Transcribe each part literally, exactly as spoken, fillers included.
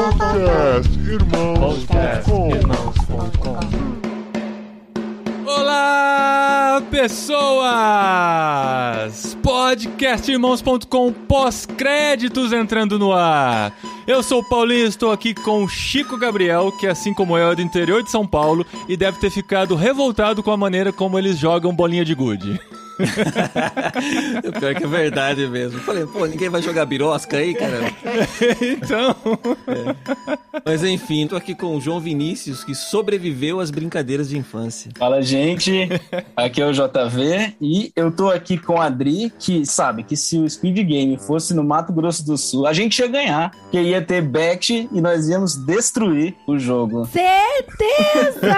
Podcast Irmãos ponto com. Olá, pessoas! Podcast Irmãos ponto com pós-créditos entrando no ar. Eu sou o Paulinho e estou aqui com o Chico Gabriel, que assim como eu é do interior de São Paulo e deve ter ficado revoltado com a maneira como eles jogam bolinha de gude. O pior que é verdade mesmo. Falei, pô, ninguém vai jogar birosca aí, cara? Então... É. Mas enfim, tô aqui com o João Vinícius, que sobreviveu às brincadeiras de infância. Fala, gente. Aqui é o J V e eu tô aqui com a Adri, que sabe que se o Speed Game fosse no Mato Grosso do Sul, a gente ia ganhar, porque ia ter bet e nós íamos destruir o jogo. Certeza!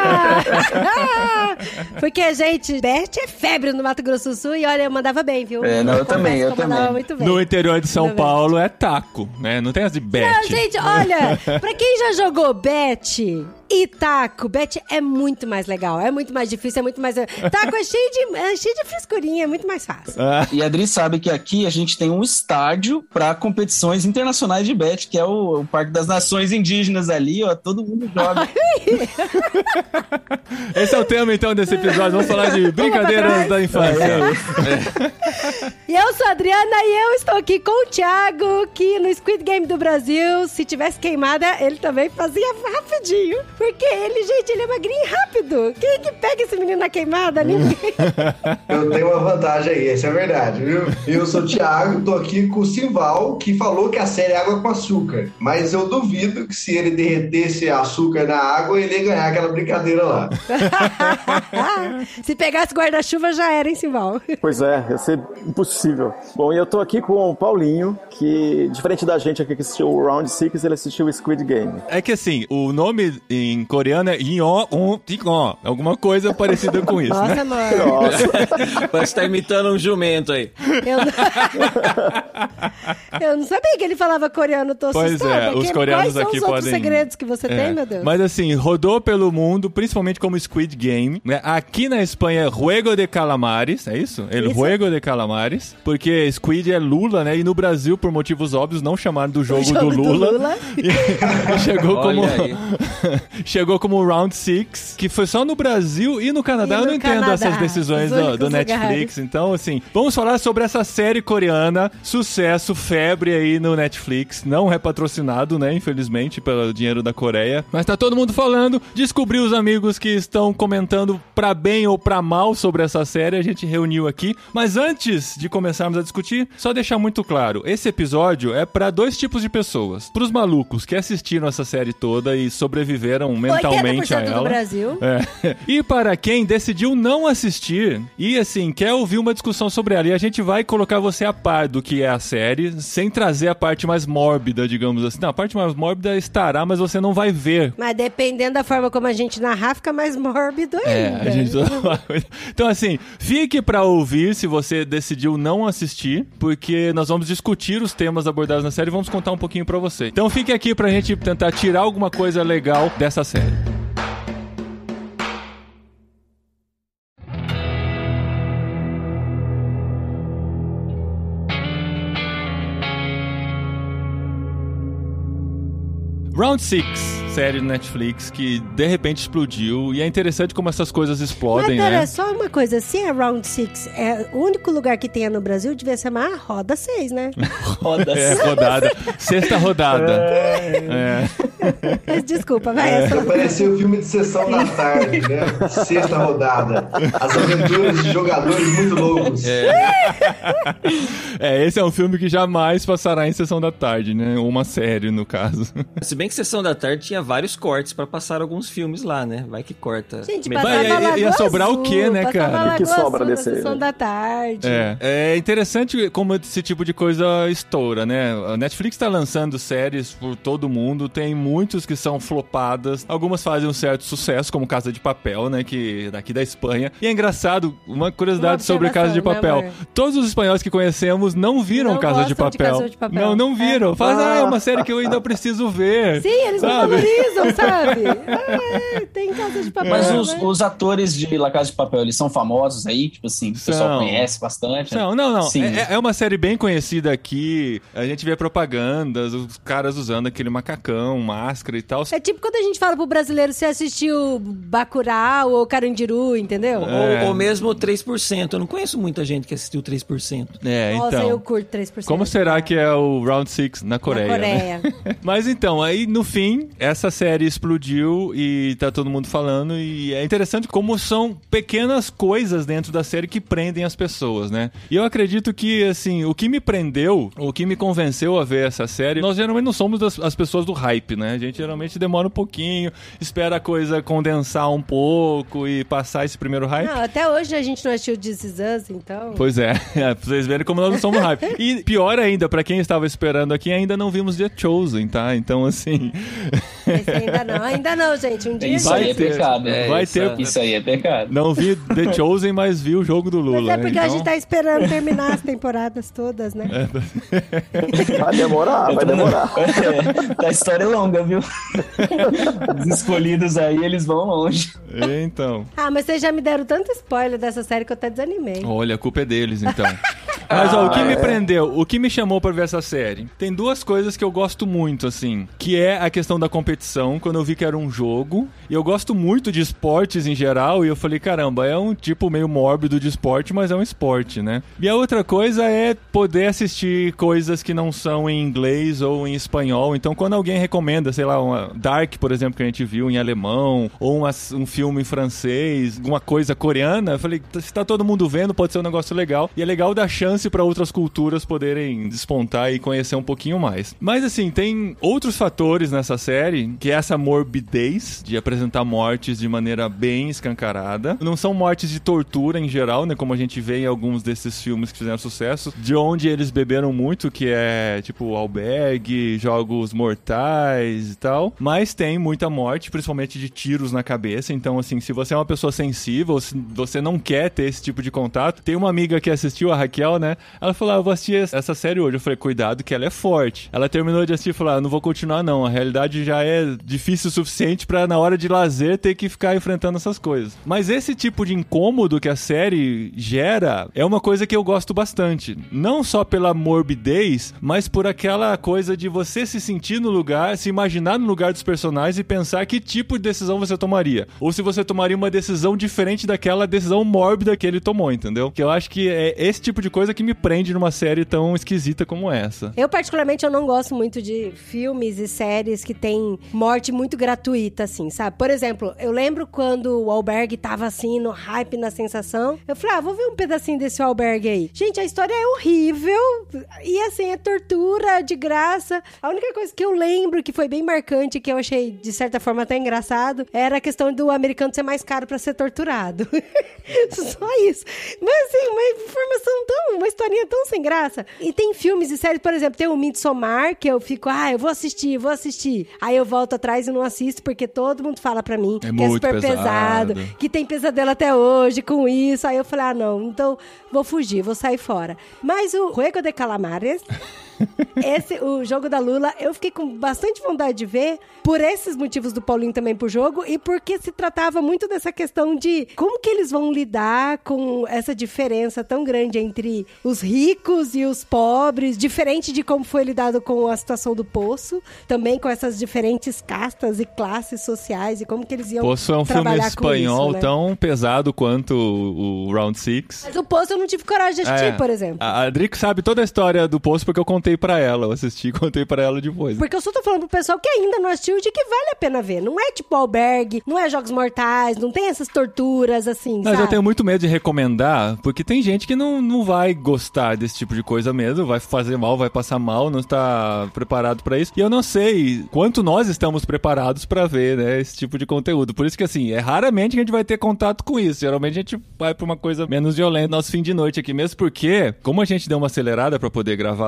Porque, gente, bet é febre no Mato Grosso do Sul e olha, eu mandava bem, viu? É, não, eu também, eu, eu também. Mandava muito bem. No interior de São Paulo é taco, né? Não tem as de bet. Não, gente, olha, pra quem já jogou bet e taco, bet é muito mais legal, é muito mais difícil, é muito mais... Taco é cheio de, é cheio de frescurinha, é muito mais fácil. Ah. E a Adri sabe que aqui a gente tem um estádio pra competições internacionais de bet, que é o, o Parque das Nações Indígenas ali, ó, todo mundo joga. Esse é o tema, então, desse episódio. Vamos falar de brincadeiras da infância. É. E eu sou a Adriana e eu estou aqui com o Thiago, que no Squid Game do Brasil, se tivesse queimada, ele também fazia rapidinho. Porque ele, gente, ele é magrinho e rápido. Quem é que pega esse menino na queimada? Ninguém. Eu tenho uma vantagem aí, essa é verdade, viu? Eu sou o Thiago, tô aqui com o Simval, que falou que a série é água com açúcar. Mas eu duvido que se ele derretesse açúcar na água, ele ia ganhar aquela brincadeira lá. Se pegasse guarda-chuva, já era, hein, Simval? Pois é, ia ser impossível. Bom, e eu tô aqui com o Paulinho, que, diferente da gente aqui que assistiu o Round six, ele assistiu o Squid Game. É que assim, o nome em coreano é Inho On Tikon. Alguma coisa parecida com isso, Nossa, né? mano. Nossa. Parece que tá imitando um jumento aí. Eu não... eu não sabia que ele falava coreano, tô Pois assustada. é, os coreanos Quais são aqui os outros podem... segredos que você É. tem, meu Deus? Mas assim, rodou pelo mundo, principalmente como Squid Game, né? Aqui na Espanha, Juego de Calamares, é isso? El Isso. Juego de Calamares, porque Squid é Lula, né? E no Brasil, por motivos óbvios, não chamaram do jogo, jogo do do Lula. Lula. E, e chegou como Olha aí. chegou como Round six, que foi só no Brasil e no Canadá. E Eu no não entendo Canadá, essas decisões os do, únicos do Netflix. lugares. Então, assim, vamos falar sobre essa série coreana, sucesso, febre aí no Netflix. Não é patrocinado, né? Infelizmente, pelo dinheiro da Coreia. Mas tá todo mundo falando. Descobri os amigos que estão comentando pra bem ou pra mal sobre essa série. A gente reuniu aqui. Mas antes de começarmos a discutir, só deixar muito claro. Esse episódio é pra dois tipos de pessoas. Pros malucos que assistiram essa série toda e sobreviveram mentalmente a oitenta por cento do ela. Brasil. É. E para quem decidiu não assistir e, assim, quer ouvir uma discussão sobre ela. E a gente vai colocar você a par do que é a série, sem trazer a parte mais mórbida, digamos assim. Não, a parte mais mórbida estará, mas você não vai ver. Mas dependendo da forma como a gente narrar, fica mais mórbido ainda. É, a gente... Então, assim, fique pra ouvir se você decidiu não assistir, porque nós vamos discutir os temas abordados na série e vamos contar um pouquinho pra você. Então fique aqui pra gente tentar tirar alguma coisa legal dessa série. Round six, série do Netflix que de repente explodiu. E é interessante como essas coisas explodem, Mas pera, né? só uma coisa, se é Round six, é o único lugar que tem no Brasil, devia ser uma Roda seis, né? Roda É, rodada. Sexta rodada. É. Mas desculpa, vai. É. Vai parecer o filme de sessão da tarde, né? Sexta rodada. As aventuras de jogadores muito loucos. É, esse é um filme que jamais passará em sessão da tarde, né? Ou uma série, no caso. Se bem que Sessão da Tarde tinha vários cortes pra passar alguns filmes lá, né? Vai que corta. Gente, Meio- passava Vai, ia- Lagoa ia sobrar o Azul, quê, né, passava cara? Lagoa O que sobra Azul na desse aí, Sessão né? da tarde. É, é interessante como esse tipo de coisa estoura, né? A Netflix tá lançando séries por todo mundo, tem muitos que são flopadas, algumas fazem um certo sucesso, como Casa de Papel, né? Que daqui da Espanha. E é engraçado, uma curiosidade Uma sobre Casa de observação, né, Papel. amor? Todos os espanhóis que conhecemos não viram Não Casa de gostam de Papel. Casa de Papel. Não, não viram. É. Faz, ah, é uma série que eu ainda preciso ver. ver. Sim, eles não sabe? valorizam, sabe? É, tem Casa de Papel. Mas os, né? os atores de La Casa de Papel, eles são famosos aí? Tipo assim, o pessoal São. conhece bastante? Não, não, não. Sim. É, é uma série bem conhecida aqui. A gente vê propagandas, os caras usando aquele macacão, máscara e tal. É tipo quando a gente fala pro brasileiro se assistiu Bacurau ou Carandiru, entendeu? É. Ou, ou mesmo três por cento. Eu não conheço muita gente que assistiu três por cento. É, Nossa, então. eu curto três por cento. Como será que é o Round Six na Coreia? Na Coreia. Né? Mas então, aí no fim, essa série explodiu e tá todo mundo falando. E é interessante como são pequenas coisas dentro da série que prendem as pessoas, né? E eu acredito que, assim, o que me prendeu, o que me convenceu a ver essa série, nós geralmente não somos das, as pessoas do hype, né? A gente geralmente demora um pouquinho, espera a coisa condensar um pouco e passar esse primeiro hype. Não, até hoje a gente não assistiu This Is Us, então... Pois é, pra vocês verem como nós não somos hype. E pior ainda, pra quem estava esperando aqui, ainda não vimos The Chosen, tá? Então, assim... Esse ainda não, ainda não, gente. Um dia... Isso Vai aí é ter. pecado. É, Vai isso, ter... Isso aí é pecado. Não vi The Chosen, mas vi o jogo do Lula. Mas é porque né? a Então... gente tá esperando terminar as temporadas todas, né? Vai demorar, Eu vai tô- demorar. É, a história é longa, viu? Os escolhidos aí, eles vão longe. Então... Ah, mas vocês já me deram tanto spoiler dessa série que eu até desanimei. Olha, a culpa é deles, então. Mas, ó, o que me prendeu, o que me chamou pra ver essa série, tem duas coisas que eu gosto muito, assim, que é a questão da competição, quando eu vi que era um jogo, e eu gosto muito de esportes em geral, e eu falei, caramba, é um tipo meio mórbido de esporte, mas é um esporte, né? E a outra coisa é poder assistir coisas que não são em inglês ou em espanhol, então quando alguém recomenda, sei lá, uma Dark, por exemplo, que a gente viu em alemão, ou uma, um filme em francês, alguma coisa coreana, eu falei, se tá todo mundo vendo, pode ser um negócio legal, e é legal dar chance para outras culturas poderem despontar e conhecer um pouquinho mais. Mas assim, tem outros fatores nessa série, que é essa morbidez de apresentar mortes de maneira bem escancarada. Não são mortes de tortura em geral, né, como a gente vê em alguns desses filmes que fizeram sucesso, de onde eles beberam muito, que é tipo Albergue, Jogos Mortais e tal. Mas tem muita morte, principalmente de tiros na cabeça. Então assim, se você é uma pessoa sensível, se você não quer ter esse tipo de contato, tem uma amiga que assistiu, a Raquel, né? Ela falou, ah, eu vou assistir essa série hoje. Eu falei, cuidado que ela é forte. Ela terminou de assistir e falou, ah, não vou continuar não. A realidade já é difícil o suficiente pra na hora de lazer ter que ficar enfrentando essas coisas. Mas esse tipo de incômodo que a série gera é uma coisa que eu gosto bastante. Não só pela morbidez, mas por aquela coisa de você se sentir no lugar, se imaginar no lugar dos personagens e pensar que tipo de decisão você tomaria. Ou se você tomaria uma decisão diferente daquela decisão mórbida que ele tomou, entendeu? Que eu acho que é esse tipo de coisa que me prende numa série tão esquisita como essa. Eu, particularmente, eu não gosto muito de filmes e séries que tem morte muito gratuita, assim, sabe? Por exemplo, eu lembro quando o Albergue tava, assim, no hype, na sensação. Eu falei, ah, vou ver um pedacinho desse Albergue aí. Gente, a história é horrível e, assim, é tortura de graça. A única coisa que eu lembro que foi bem marcante, que eu achei, de certa forma, até engraçado, era a questão do americano ser mais caro pra ser torturado. Só isso. Mas, assim, uma informação tão... uma historinha tão sem graça. E tem filmes e séries, por exemplo, tem o Midsommar, que eu fico, ah, eu vou assistir, vou assistir. Aí eu volto atrás e não assisto, porque todo mundo fala pra mim É que muito é super pesado. pesado, que tem pesadelo até hoje com isso. Aí eu falei, ah, não, então vou fugir, vou sair fora. Mas o Juego de Calamares... Esse, o jogo da Lula, eu fiquei com bastante vontade de ver, por esses motivos do Paulinho também pro jogo, e porque se tratava muito dessa questão de como que eles vão lidar com essa diferença tão grande entre os ricos e os pobres, diferente de como foi lidado com a situação do Poço, também com essas diferentes castas e classes sociais, e como que eles iam Poço é um filme trabalhar espanhol com isso, né? tão pesado quanto o, o Round Six. Mas o Poço eu não tive coragem de assistir, É, por exemplo. A Adric sabe toda a história do Poço porque eu contei pra ela. Eu assisti e contei pra ela depois. Porque eu só tô falando pro pessoal que ainda não assistiu de que vale a pena ver. Não é tipo Albergue, não é Jogos Mortais, não tem essas torturas assim, Mas sabe? eu tenho muito medo de recomendar, porque tem gente que não, não vai gostar desse tipo de coisa mesmo, vai fazer mal, vai passar mal, não está preparado pra isso. E eu não sei quanto nós estamos preparados pra ver, né, esse tipo de conteúdo. Por isso que, assim, é raramente que a gente vai ter contato com isso. Geralmente a gente vai pra uma coisa menos violenta, nosso fim de noite aqui mesmo, porque, como a gente deu uma acelerada pra poder gravar sobre isso, a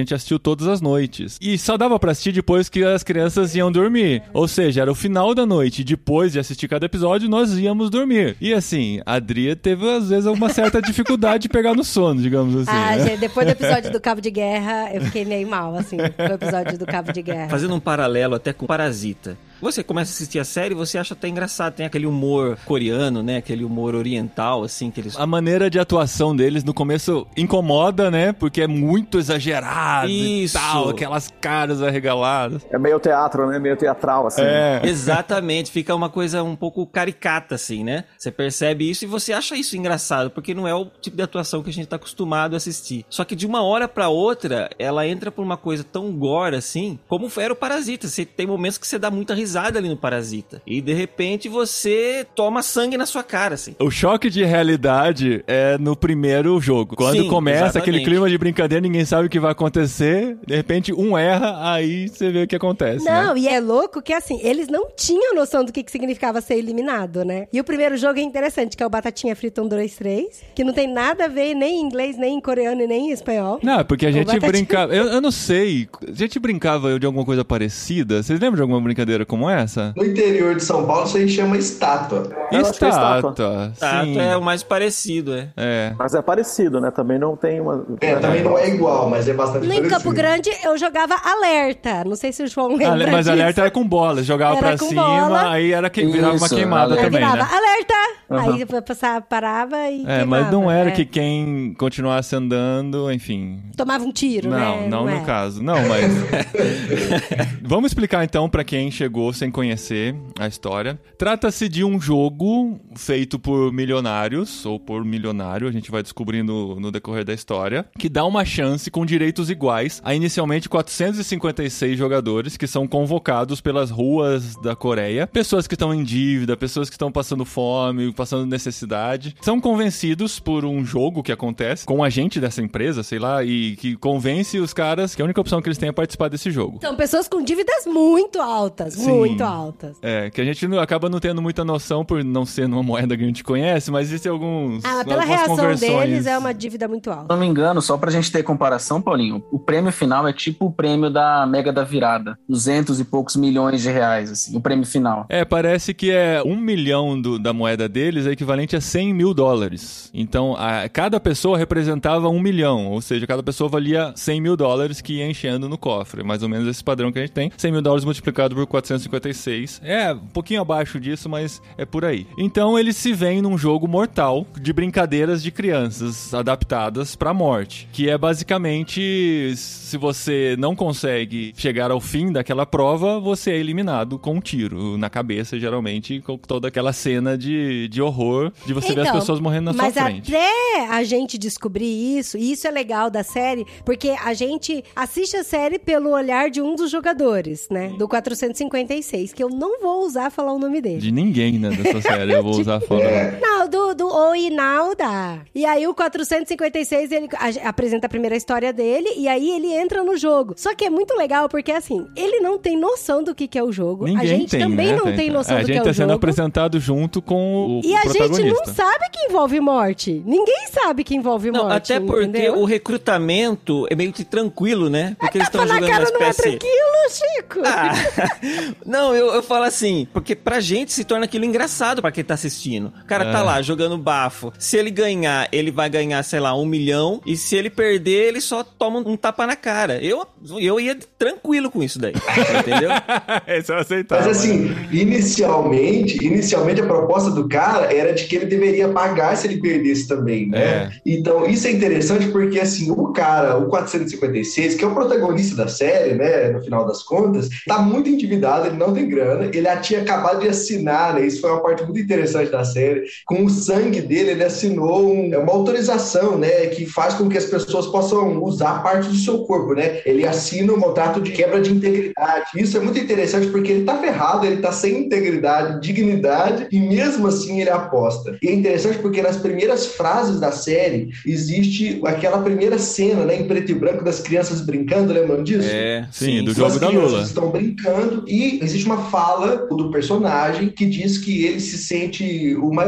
gente assistiu todas as noites. E só dava pra assistir depois que as crianças iam dormir. Ou seja, era o final da noite. Depois de assistir cada episódio, nós íamos dormir. E assim, a Adria teve, às vezes, uma certa dificuldade de pegar no sono, digamos assim. Ah, né? gente, depois do episódio do Cabo de Guerra, eu fiquei meio mal, assim, com o episódio do Cabo de Guerra. Fazendo um paralelo até com Parasita. Você começa a assistir a série e você acha até engraçado. Tem aquele humor coreano, né? Aquele humor oriental, assim, que eles... A maneira de atuação deles no começo incomoda, né? Porque é muito exagerado Isso. e tal. Aquelas caras arregaladas. É meio teatro, né? Meio teatral, assim. É. Exatamente. Fica uma coisa um pouco caricata, assim, né? Você percebe isso e você acha isso engraçado, porque não é o tipo de atuação que a gente tá acostumado a assistir. Só que de uma hora pra outra, ela entra por uma coisa tão gore, assim, como era o Parasita. Você tem momentos que você dá muita risada ali no Parasita. E de repente você toma sangue na sua cara, assim. O choque de realidade é no primeiro jogo. Quando Sim, começa exatamente. aquele clima de brincadeira, ninguém sabe o que vai acontecer. De repente, um erra, aí você vê o que acontece. Não, né? e é louco que, assim, eles não tinham noção do que, que significava ser eliminado, né? E o primeiro jogo é interessante, que é o Batatinha Frita um, dois, três, que não tem nada a ver nem em inglês, nem em coreano e nem em espanhol. Não, porque a O gente Batatinha- brincava... Eu, eu não sei. A gente brincava de alguma coisa parecida. Vocês lembram de alguma brincadeira como essa? No interior de São Paulo, isso aí chama estátua. Eu acho que é estátua. Estátua. Tá, Sim. é o mais parecido, é. É. Mas é parecido, né? Também não tem uma... É, também não é igual, mas é bastante No em parecido. Campo Grande, eu jogava Alerta. Não sei se o João lembra Ah, mas disso. alerta era com bola, jogava Era pra com cima, bola. aí era que virava uma Isso, queimada alerta. Aí também, virava, né? alerta! Uhum. Aí depois passava, parava e É, mas queimava. não era É. que quem continuasse andando, enfim. Tomava um tiro, Não, né? não, no é. caso. Não, mas. Vamos explicar então pra quem chegou sem conhecer a história. Trata-se de um jogo feito por milionários, ou por milionário, a gente vai descobrindo no decorrer da história, que dá uma chance com direitos iguais a inicialmente quatrocentos e cinquenta e seis jogadores que são convocados pelas ruas da Coreia. Pessoas que estão em dívida, pessoas que estão passando fome, passando necessidade. São convencidos por um jogo que acontece com um agente dessa empresa, sei lá, e que convence os caras que a única opção que eles têm é participar desse jogo. São pessoas com dívidas muito altas, Sim. muito altas. É, que a gente não- acaba não tendo muita noção por não ser numa moeda que a gente conhece, mas existem alguns. Ah, mas pela algumas reação conversões. deles é uma dívida muito Se alta. não me engano, só pra gente ter comparação, Paulinho, o prêmio final é tipo o prêmio da Mega da Virada. duzentos e poucos milhões de reais, assim, o prêmio final. É, parece que é um milhão do- da moeda deles é equivalente a cem mil dólares. Então, a- cada pessoa representava um milhão, ou seja, cada pessoa valia cem mil dólares que ia enchendo no cofre. Mais ou menos esse padrão que a gente tem. cem mil dólares multiplicado por quatrocentos e cinquenta e seis. É, um pouquinho abaixo disso, mas é por aí. Então, eles se veem num jogo mortal de brincadeiras de crianças adaptadas pra morte. Que é basicamente, se você não consegue chegar ao fim daquela prova, você é eliminado com um tiro na cabeça, geralmente, com toda aquela cena de, de horror de você ver as Então, pessoas morrendo na sua mas frente. até a gente descobrir isso, e isso é legal da série, porque a gente assiste a série pelo olhar de um dos jogadores, né? Do quatrocentos e cinquenta e seis, que eu não vou usar falar o nome dele. De ninguém, né, dessa série, eu vou usar falando. É. Não, do, do Oinalda. E aí o quatrocentos e cinquenta e seis, ele a- apresenta a primeira história dele, e aí ele entra no jogo. Só que é muito legal, porque assim, ele não tem noção do que, que é o jogo. Ninguém a gente tem, também né? não tem noção É, do que a é gente o tá sendo jogo. apresentado junto com o, E o a gente protagonista. não sabe que envolve morte. Ninguém sabe que envolve Não, morte, até porque entendeu? o recrutamento é meio que tranquilo, né? Porque eles estão Tapa na jogando uma cara não é espécie... tranquilo, Chico. Ah, não, eu, eu falo assim, porque pra gente se torna aquilo engraçado pra quem tá assistindo. O cara tá É. lá jogando bafo. Se ele ganhar, ele vai ganhar, sei lá, um milhão. E se ele perder, ele só toma um tapa na cara. Eu, eu ia tranquilo com isso daí, entendeu? Esse eu aceitava. Mas assim, inicialmente, inicialmente a proposta do cara era de que ele deveria pagar se ele perdesse também, né? É. Então, isso é interessante porque, assim, o cara, o quatrocentos e cinquenta e seis, que é o protagonista da série, né, no final das contas, tá muito endividado, ele não tem grana, ele já tinha acabado de assinar, né, isso foi uma parte muito interessante da série, com o sangue dele, ele assinou um- uma autorização, né, que faz com que as pessoas possam usar parte do seu corpo, né, ele assina um contrato de quebra de integridade, isso é muito interessante porque ele tá ferrado, ele tá sem integridade, dignidade, e mesmo assim ele aposta. E é interessante porque nas primeiras frases da série, existe aquela primeira cena, né, em preto e branco das crianças brincando, lembram disso? É, Sim, do As jogo da crianças Lula. estão brincando e existe uma fala do personagem que diz que ele se sente o maioral, ele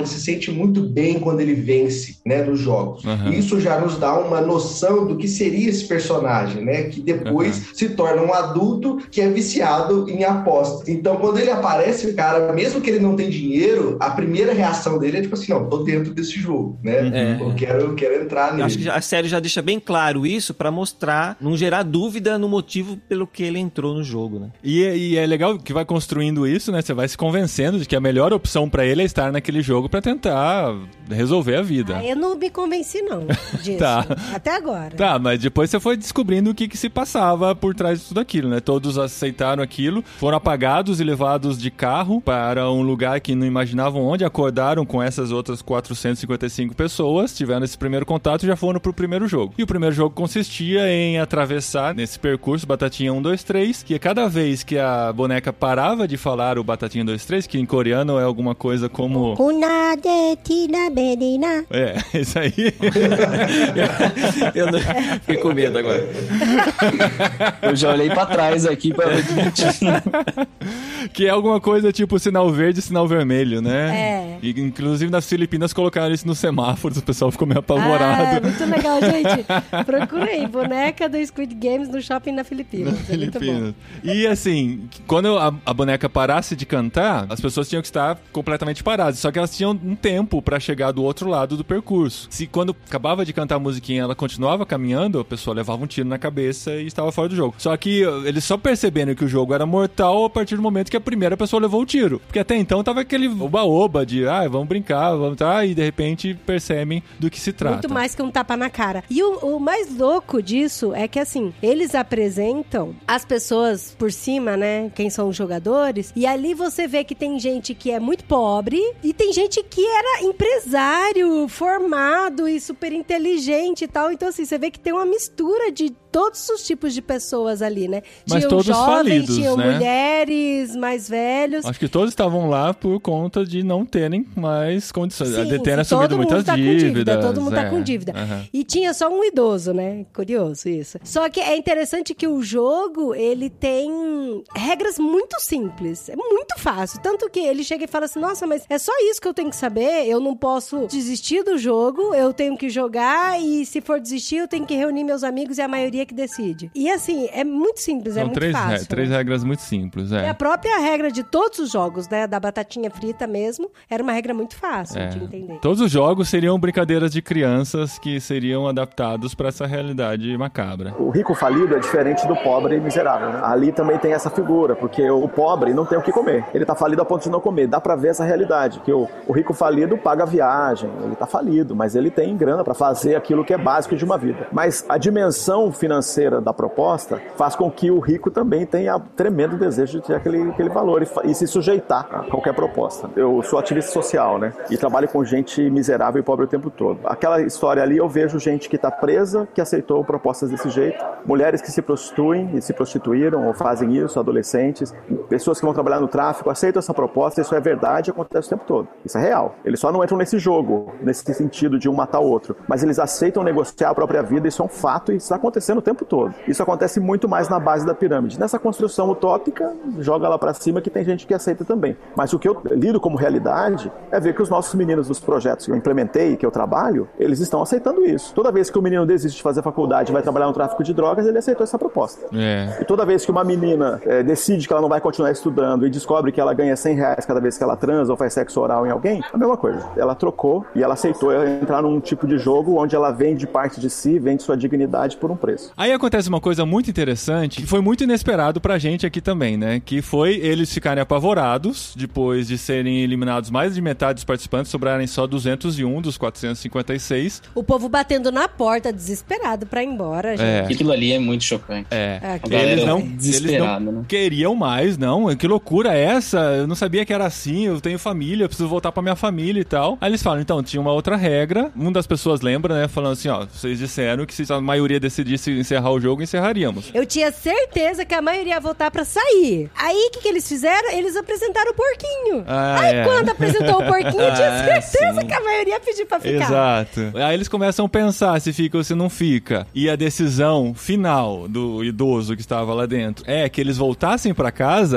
se sente muito bem quando ele vence, né, nos jogos. Uhum. E isso já nos dá uma noção do que seria esse personagem, né, que depois uhum. se torna um adulto que é viciado em apostas. Então, quando ele aparece, o cara, mesmo que ele não tem dinheiro, a primeira reação dele é tipo assim, não, tô dentro desse jogo, né? Uhum. Eu, quero, eu quero entrar nele. Acho que a série já deixa bem claro isso pra mostrar, não gerar dúvida no motivo pelo que ele entrou no jogo, né? E, e é legal que vai construindo isso, né? Você vai se convencendo de que a melhor opção pra ele é estar naquele jogo pra tentar resolver a vida. Ah, eu não me convenci não disso, tá. até agora. Tá, mas depois você foi descobrindo o que, que se passava por trás de tudo aquilo, né? Todos aceitaram aquilo, foram apagados e levados de carro para um lugar que não imaginavam onde, acordaram com essas outras quatrocentas e cinquenta e cinco pessoas, tiveram esse primeiro contato e já foram pro primeiro jogo. E o primeiro jogo consistia em atravessar nesse percurso Batatinha um, dois, três, que cada vez que a boneca parava de falar o Batatinha um, dois, três, que em coreano é alguma coisa como... É, isso aí. Eu não... fiquei com medo agora. Eu já olhei pra trás aqui pra ver que que é alguma coisa tipo sinal verde e sinal vermelho, né? É. E, inclusive nas Filipinas colocaram isso nos semáforos, o pessoal ficou meio apavorado. Ah, muito legal, gente. Procura aí, boneca do Squid Games no shopping na Filipinas. Na é Filipinas. E assim, quando a, a boneca parasse de cantar, as pessoas tinham que estar completamente paradas. Só que elas tinham um tempo pra chegar do outro lado do percurso. Se quando acabava de cantar a musiquinha, ela continuava caminhando, a pessoa levava um tiro na cabeça e estava fora do jogo. Só que eles só perceberam que o jogo era mortal a partir do momento que a primeira pessoa levou o tiro. Porque até então tava aquele oba-oba de, ah, vamos brincar, vamos tá, e de repente percebem do que se trata. Muito mais que um tapa na cara. E o, o mais louco disso é que, assim, eles apresentam as pessoas por cima, né, quem são os jogadores, e ali você vê que tem gente que é muito pobre e tem gente que era empresário, formado e super inteligente e tal. Então, assim, você vê que tem uma mistura de todos os tipos de pessoas ali, né? Mas tinham todos jovens, falidos, tinham né? mulheres mais velhos. Acho que todos estavam lá por conta de não terem mais condições. Sim, a D T era sim, todo assumido mundo muitas tá dívidas. Com dívida. Todo mundo é, tá com dívida. Uhum. E tinha só um idoso, né? Curioso isso. Só que é interessante que o jogo, ele tem regras muito simples. É muito fácil. Tanto que ele chega e fala assim, nossa, mas é só isso que eu tenho que saber? Eu não posso desistir do jogo, eu tenho que jogar e se for desistir, eu tenho que reunir meus amigos e a maioria que decide. E assim, é muito simples, São é muito três, fácil. É, três né? regras muito simples, é. E a própria regra de todos os jogos, né? Da batatinha frita mesmo, era uma regra muito fácil É. de entender. Todos os jogos seriam brincadeiras de crianças que seriam adaptados para essa realidade macabra. O rico falido é diferente do pobre miserável, né? Ali também tem essa figura, porque o pobre não tem o que comer. Ele tá falido a ponto de não comer. Dá pra ver essa realidade, que o, o rico falido paga a viagem, ele tá falido, mas ele tem grana pra fazer aquilo que é básico de uma vida. Mas a dimensão financeira da proposta faz com que o rico também tenha tremendo desejo de ter aquele, aquele valor e, e se sujeitar a qualquer proposta. Eu sou ativista social, né? E trabalho com gente miserável e pobre o tempo todo. Aquela história ali, eu vejo gente que está presa, que aceitou propostas desse jeito, mulheres que se prostituem e se prostituíram ou fazem isso, adolescentes, pessoas que vão trabalhar no tráfico, aceitam essa proposta, isso é verdade, acontece o tempo todo. Isso é real. Eles só não entram nesse jogo, nesse sentido de um matar o outro, mas eles aceitam negociar a própria vida, isso é um fato e isso está acontecendo o tempo todo. Isso acontece muito mais na base da pirâmide. Nessa construção utópica, joga lá pra cima que tem gente que aceita também. Mas o que eu lido como realidade é ver que os nossos meninos dos projetos que eu implementei, que eu trabalho, eles estão aceitando isso. Toda vez que o menino desiste de fazer faculdade e vai trabalhar no tráfico de drogas, ele aceitou essa proposta. É. E toda vez que uma menina é, decide que ela não vai continuar estudando e descobre que ela ganha cem reais cada vez que ela transa ou faz sexo oral em alguém, a mesma coisa. Ela trocou e ela aceitou entrar num tipo de jogo onde ela vende parte de si, vende sua dignidade por um preço. Aí acontece uma coisa muito interessante, que foi muito inesperado pra gente aqui também, né? Que foi eles ficarem apavorados, depois de serem eliminados mais de metade dos participantes, sobrarem só duzentos e um dos quatrocentos e cinquenta e seis. O povo batendo na porta, desesperado pra ir embora, gente. É. Aquilo ali é muito chocante. É, É, A eles galera não, desesperada, eles não né? queriam mais, não. Que loucura é essa? Eu não sabia que era assim, eu tenho família, eu preciso voltar pra minha família e tal. Aí eles falam, então, tinha uma outra regra, uma das pessoas lembra, né, falando assim, ó, vocês disseram que se a maioria decidisse encerrar o jogo, encerraríamos. Eu tinha certeza que a maioria ia voltar pra sair. Aí, o que, que eles fizeram? Eles apresentaram o porquinho. Ah, Aí, é. quando apresentou o porquinho, eu tinha Ah, certeza sim. que a maioria ia pedir pra ficar. Exato. Aí eles começam a pensar se fica ou se não fica. E a decisão final do idoso que estava lá dentro é que eles voltassem pra casa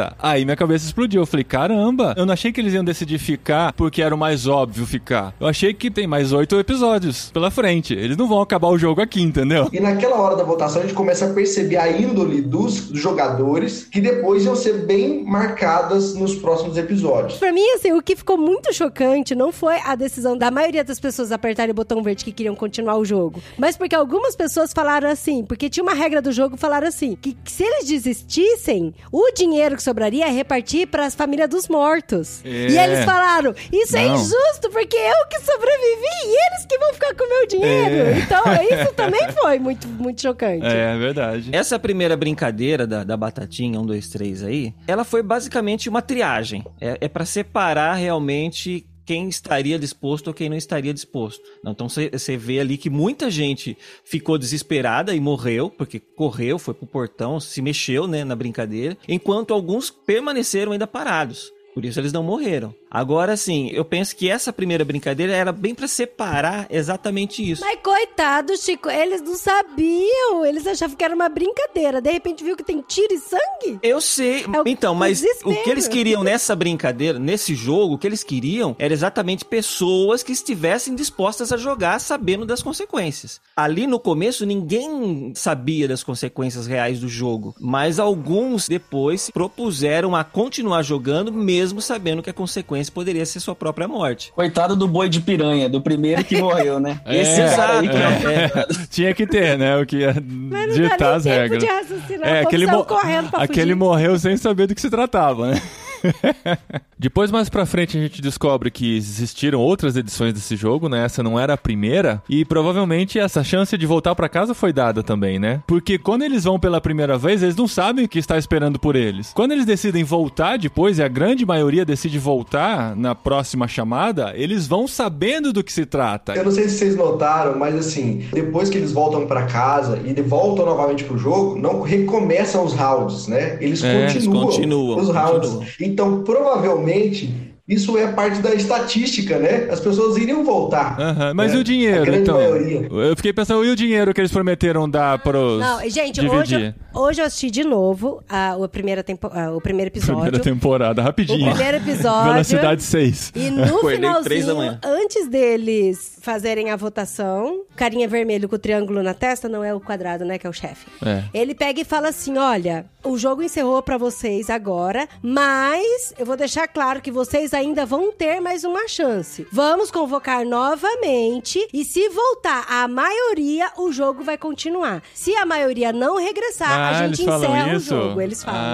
Beleza. Aí minha cabeça explodiu. Eu falei, caramba, eu não achei que eles iam decidir ficar porque era o mais óbvio ficar. Eu achei que tem mais oito episódios pela frente. Eles não vão acabar o jogo aqui, entendeu? E naquela hora da votação a gente começa a perceber a índole dos jogadores que depois iam ser bem marcadas nos próximos episódios. Pra mim, assim, o que ficou muito chocante não foi a decisão da maioria das pessoas apertarem o botão verde que queriam continuar o jogo, mas porque algumas pessoas falaram assim, porque tinha uma regra do jogo, falaram assim, que, que se eles desistissem, o dinheiro que sobraria é repartir pras famílias dos mortos. É. E eles falaram, isso não. é injusto, porque eu que sobrevivi e eles que vão ficar com o meu dinheiro. É. Então, isso também foi muito, muito chocante. É, é verdade. Essa primeira brincadeira da, da batatinha, um, dois, três aí, ela foi basicamente uma triagem. É, é pra separar realmente quem estaria disposto ou quem não estaria disposto. Então você vê ali que muita gente ficou desesperada e morreu, porque correu, foi pro portão, se mexeu, né, na brincadeira, enquanto alguns permaneceram ainda parados. Por isso eles não morreram. Agora, sim, eu penso que essa primeira brincadeira era bem pra separar exatamente isso. Mas coitado, Chico, eles não sabiam. Eles achavam que era uma brincadeira. De repente viu que tem tiro e sangue. Eu sei. É o, então, mas o que eles queriam nessa brincadeira, nesse jogo, o que eles queriam era exatamente pessoas que estivessem dispostas a jogar sabendo das consequências. Ali no começo, ninguém sabia das consequências reais do jogo. Mas alguns depois se propuseram a continuar jogando, mesmo sabendo que a consequência poderia ser sua própria morte. Coitado do boi de piranha, do primeiro que morreu, né? É, Esse cara aí que é, é. Tinha que ter, né? O que ia ditar as regras. É, aquele, mo aquele morreu sem saber do que se tratava, né? Depois, mais pra frente, a gente descobre que existiram outras edições desse jogo, né? Essa não era a primeira. E provavelmente essa chance de voltar pra casa foi dada também, né? Porque quando eles vão pela primeira vez, eles não sabem o que está esperando por eles. Quando eles decidem voltar depois, e a grande maioria decide voltar na próxima chamada, eles vão sabendo do que se trata. Eu não sei se vocês notaram, mas assim, depois que eles voltam pra casa e voltam novamente pro jogo, não recomeçam os rounds, né? Eles é, continuam, eles continuam os rounds. Continuam. Então, provavelmente, isso é parte da estatística, né? As pessoas iriam voltar. Uhum. Mas né? e o dinheiro, então? Maioria. Eu fiquei pensando, e o dinheiro que eles prometeram dar pros... Não, gente, dividir? hoje, hoje eu assisti de novo a, a primeira tempo, a, o primeiro episódio. Primeira temporada, rapidinho. O primeiro episódio. Velocidade seis. E no finalzinho, antes deles fazerem a votação, carinha vermelho com o triângulo na testa, não é o quadrado, né, que é o chefe. É. Ele pega e fala assim, olha, o jogo encerrou pra vocês agora, mas eu vou deixar claro que vocês ainda vão ter mais uma chance. Vamos convocar novamente e se voltar a maioria, o jogo vai continuar. Se a maioria não regressar, ah, a gente encerra isso? o jogo. Eles falam.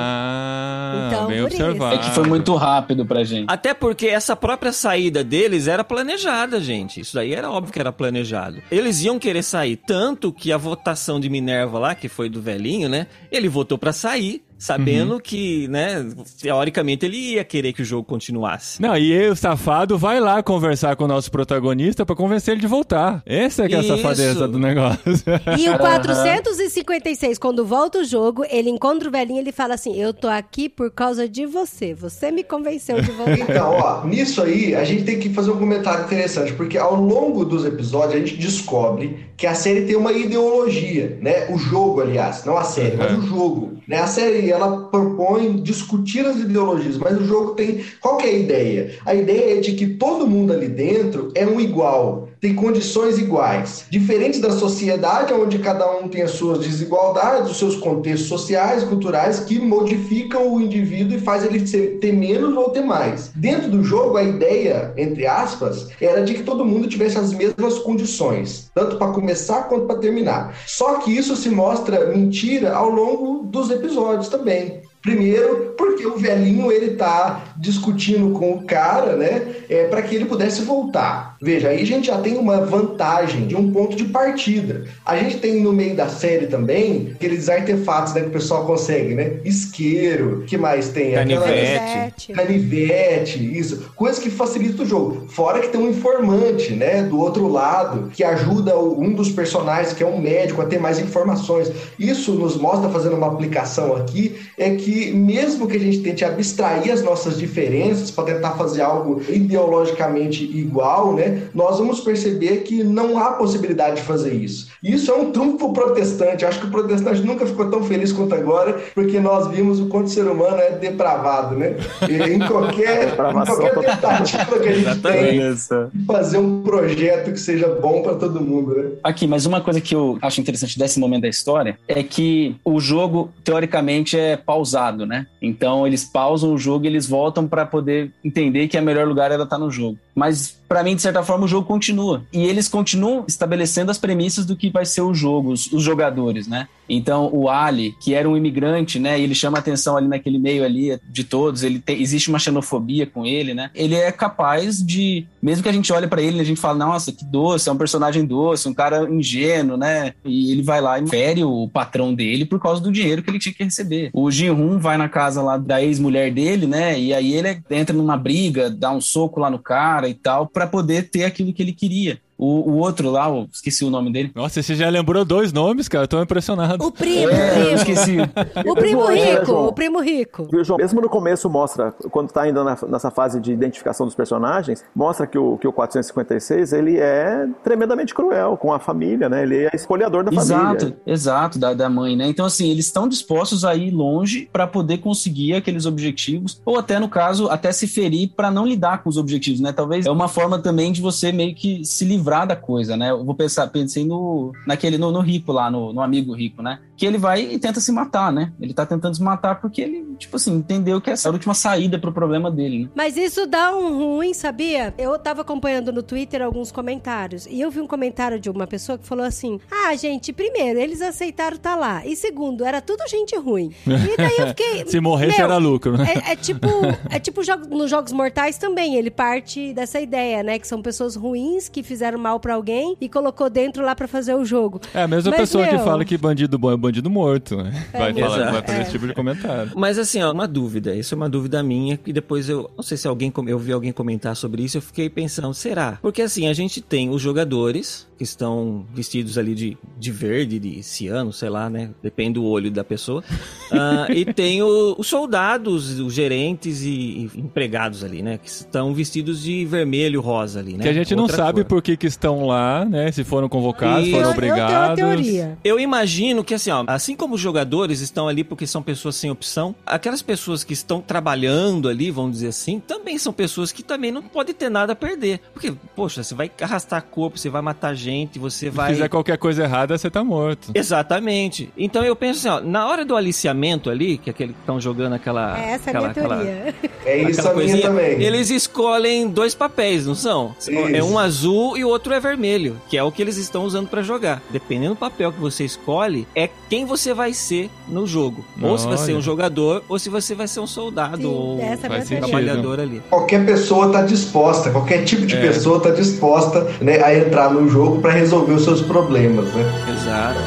Ah, então, bem por observado. isso. É que foi muito rápido pra gente. Até porque essa própria saída deles era planejada, gente. Isso daí era óbvio que era planejado. Eles iam querer sair, tanto que a votação de Minerva lá, que foi do velhinho, né? Ele votou pra sair, sabendo uhum. que, né, teoricamente ele ia querer que o jogo continuasse. Não, e aí o safado vai lá conversar com o nosso protagonista pra convencer ele de voltar. Essa é que é a Isso. safadeza do negócio. E o quatrocentos e cinquenta e seis, quando volta o jogo, ele encontra o velhinho e ele fala assim, eu tô aqui por causa de você. Você me convenceu de voltar. Então, ó, nisso aí, a gente tem que fazer um comentário interessante, porque ao longo dos episódios a gente descobre que a série tem uma ideologia, né? O jogo, aliás, não a série, uhum. mas o jogo. Né? A série, ela propõe discutir as ideologias, mas o jogo tem... Qual que é a ideia? A ideia é de que todo mundo ali dentro é um igual, tem condições iguais, diferentes da sociedade, onde cada um tem as suas desigualdades, os seus contextos sociais, culturais, que modificam o indivíduo e faz ele ter menos ou ter mais. Dentro do jogo, a ideia, entre aspas, era de que todo mundo tivesse as mesmas condições, tanto para começar quanto para terminar. Só que isso se mostra mentira ao longo dos episódios também. Primeiro, porque o velhinho, ele tá discutindo com o cara, né, é, para que ele pudesse voltar. Veja, aí a gente já tem uma vantagem de um ponto de partida. A gente tem no meio da série também aqueles artefatos, né, que o pessoal consegue, né, isqueiro, que mais tem? Canivete. Aquela... Canivete, isso. Coisa que facilita o jogo. Fora que tem um informante, né, do outro lado, que ajuda um dos personagens, que é um médico, a ter mais informações. Isso nos mostra, fazendo uma aplicação aqui, é que mesmo que a gente tente abstrair as nossas diferenças, para tentar fazer algo ideologicamente igual, né, nós vamos perceber que não há possibilidade de fazer isso. E isso é um trunfo protestante. Acho que o protestante nunca ficou tão feliz quanto agora, porque nós vimos o quanto o ser humano é depravado, né? E em qualquer, em qualquer tentativa que a gente tem de fazer um projeto que seja bom para todo mundo, né? Aqui, mas uma coisa que eu acho interessante desse momento da história é que o jogo, teoricamente, é pausado, né? Então, eles pausam o jogo e eles voltam para poder entender que o melhor lugar era estar no jogo. Mas, para mim, de certa forma, o jogo continua. E eles continuam estabelecendo as premissas do que vai ser o jogo, os, os jogadores, né? Então, o Ali, que era um imigrante, né? E ele chama atenção ali naquele meio ali de todos. Ele tem, existe uma xenofobia com ele, né? Ele é capaz de... Mesmo que a gente olhe pra ele e a gente fala, nossa, que doce, é um personagem doce, um cara ingênuo, né? E ele vai lá e fere o patrão dele por causa do dinheiro que ele tinha que receber. O Jin-Hoon vai na casa lá da ex-mulher dele, né? E aí ele entra numa briga, dá um soco lá no cara e tal, pra poder ter aquilo que ele queria. O, o outro lá, eu esqueci o nome dele. Nossa, você já lembrou dois nomes, cara? Eu tô impressionado. O primo, é, primo. Eu esqueci. O primo rico, o primo rico. Viu, João? Mesmo no começo mostra, quando tá ainda na, nessa fase de identificação dos personagens, mostra que o, que o quatrocentos e cinquenta e seis, ele é tremendamente cruel com a família, né? Ele é espoliador da exato, família. Exato, da, da mãe, né? Então, assim, eles estão dispostos a ir longe para poder conseguir aqueles objetivos, ou até, no caso, até se ferir para não lidar com os objetivos, né? Talvez é uma forma também de você meio que se livrar da coisa, né? Eu vou pensar, pensei no, naquele, no, no rico lá, no, no amigo rico, né? Que ele vai e tenta se matar, né? Ele tá tentando se matar porque ele, tipo assim, entendeu que essa é a última saída pro problema dele, né? Mas isso dá um ruim, sabia? Eu tava acompanhando no Twitter alguns comentários e eu vi um comentário de uma pessoa que falou assim, ah, gente, primeiro, eles aceitaram tá lá, e segundo, era tudo gente ruim. E daí eu fiquei... Se morresse, era lucro, né? É, é tipo, é tipo jogo, nos Jogos Mortais também, ele parte dessa ideia, né? Que são pessoas ruins que fizeram mal pra alguém e colocou dentro lá pra fazer o jogo. É a mesma Mas, pessoa meu... que fala que bandido bom é bandido morto, né? Vai, É, falar, exato. vai fazer É. esse tipo de comentário. Mas assim, ó, uma dúvida. Isso é uma dúvida minha que depois eu... Não sei se alguém... Eu vi alguém comentar sobre isso, eu fiquei pensando, será? Porque assim, a gente tem os jogadores que estão vestidos ali de, de verde, de ciano, sei lá, né? Depende do olho da pessoa. uh, e tem o, os soldados, os gerentes e, e empregados ali, né? Que estão vestidos de vermelho, rosa ali, né? Que a gente Outra não sabe cor. por que que estão lá, né? Se foram convocados, E foram eu, obrigados. eu tenho uma teoria. Eu imagino que assim, ó, assim como os jogadores estão ali porque são pessoas sem opção, aquelas pessoas que estão trabalhando ali, vamos dizer assim, também são pessoas que também não podem ter nada a perder. Porque, poxa, você vai arrastar corpo, você vai matar gente, você vai... Se fizer qualquer coisa errada, você tá morto. Exatamente. Então eu penso assim, ó, na hora do aliciamento ali, que é aquele que estão jogando aquela... É, essa é a aquela, minha teoria. É isso aquela a minha coisinha, também. eles escolhem dois papéis, não são? É um azul e o outro é vermelho, que é o que eles estão usando pra jogar. Dependendo do papel que você escolhe, é quem você vai ser no jogo. Ou se vai ser um Olha. jogador, ou se você vai ser um soldado, Sim, ou essa é a Faz minha um sentido. teoria. trabalhador ali. Qualquer pessoa está disposta, qualquer tipo de É. pessoa está disposta, né, a entrar no jogo para resolver os seus problemas, né? Exato.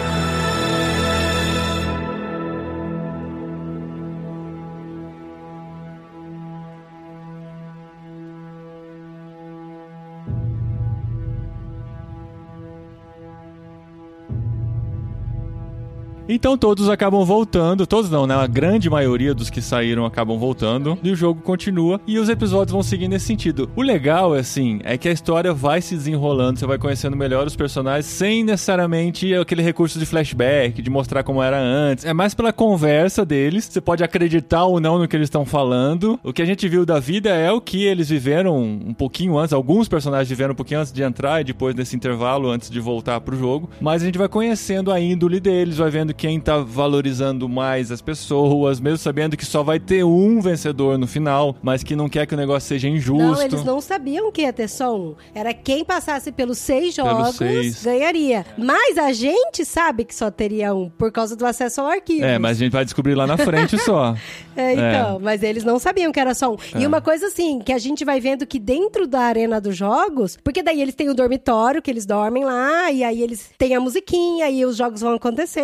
Então todos acabam voltando, todos não, né? A grande maioria dos que saíram acabam voltando, e o jogo continua, e os episódios vão seguir nesse sentido. O legal, assim, é que a história vai se desenrolando, você vai conhecendo melhor os personagens, sem necessariamente aquele recurso de flashback, de mostrar como era antes. É mais pela conversa deles, você pode acreditar ou não no que eles estão falando. O que a gente viu da vida é o que eles viveram um pouquinho antes, alguns personagens viveram um pouquinho antes de entrar, e depois desse intervalo, antes de voltar pro jogo. Mas a gente vai conhecendo a índole deles, vai vendo quem tá valorizando mais as pessoas, mesmo sabendo que só vai ter um vencedor no final, mas que não quer que o negócio seja injusto. Não, eles não sabiam que ia ter só um. Era quem passasse pelos seis Pelos jogos seis. ganharia. Mas a gente sabe que só teria um, por causa do acesso ao arquivo. É, mas a gente vai descobrir lá na frente só. É, então, mas eles não sabiam que era só um. E É. uma coisa assim, que a gente vai vendo que dentro da arena dos jogos, porque daí eles têm o dormitório, que eles dormem lá, e aí eles têm a musiquinha, e os jogos vão acontecendo e tal.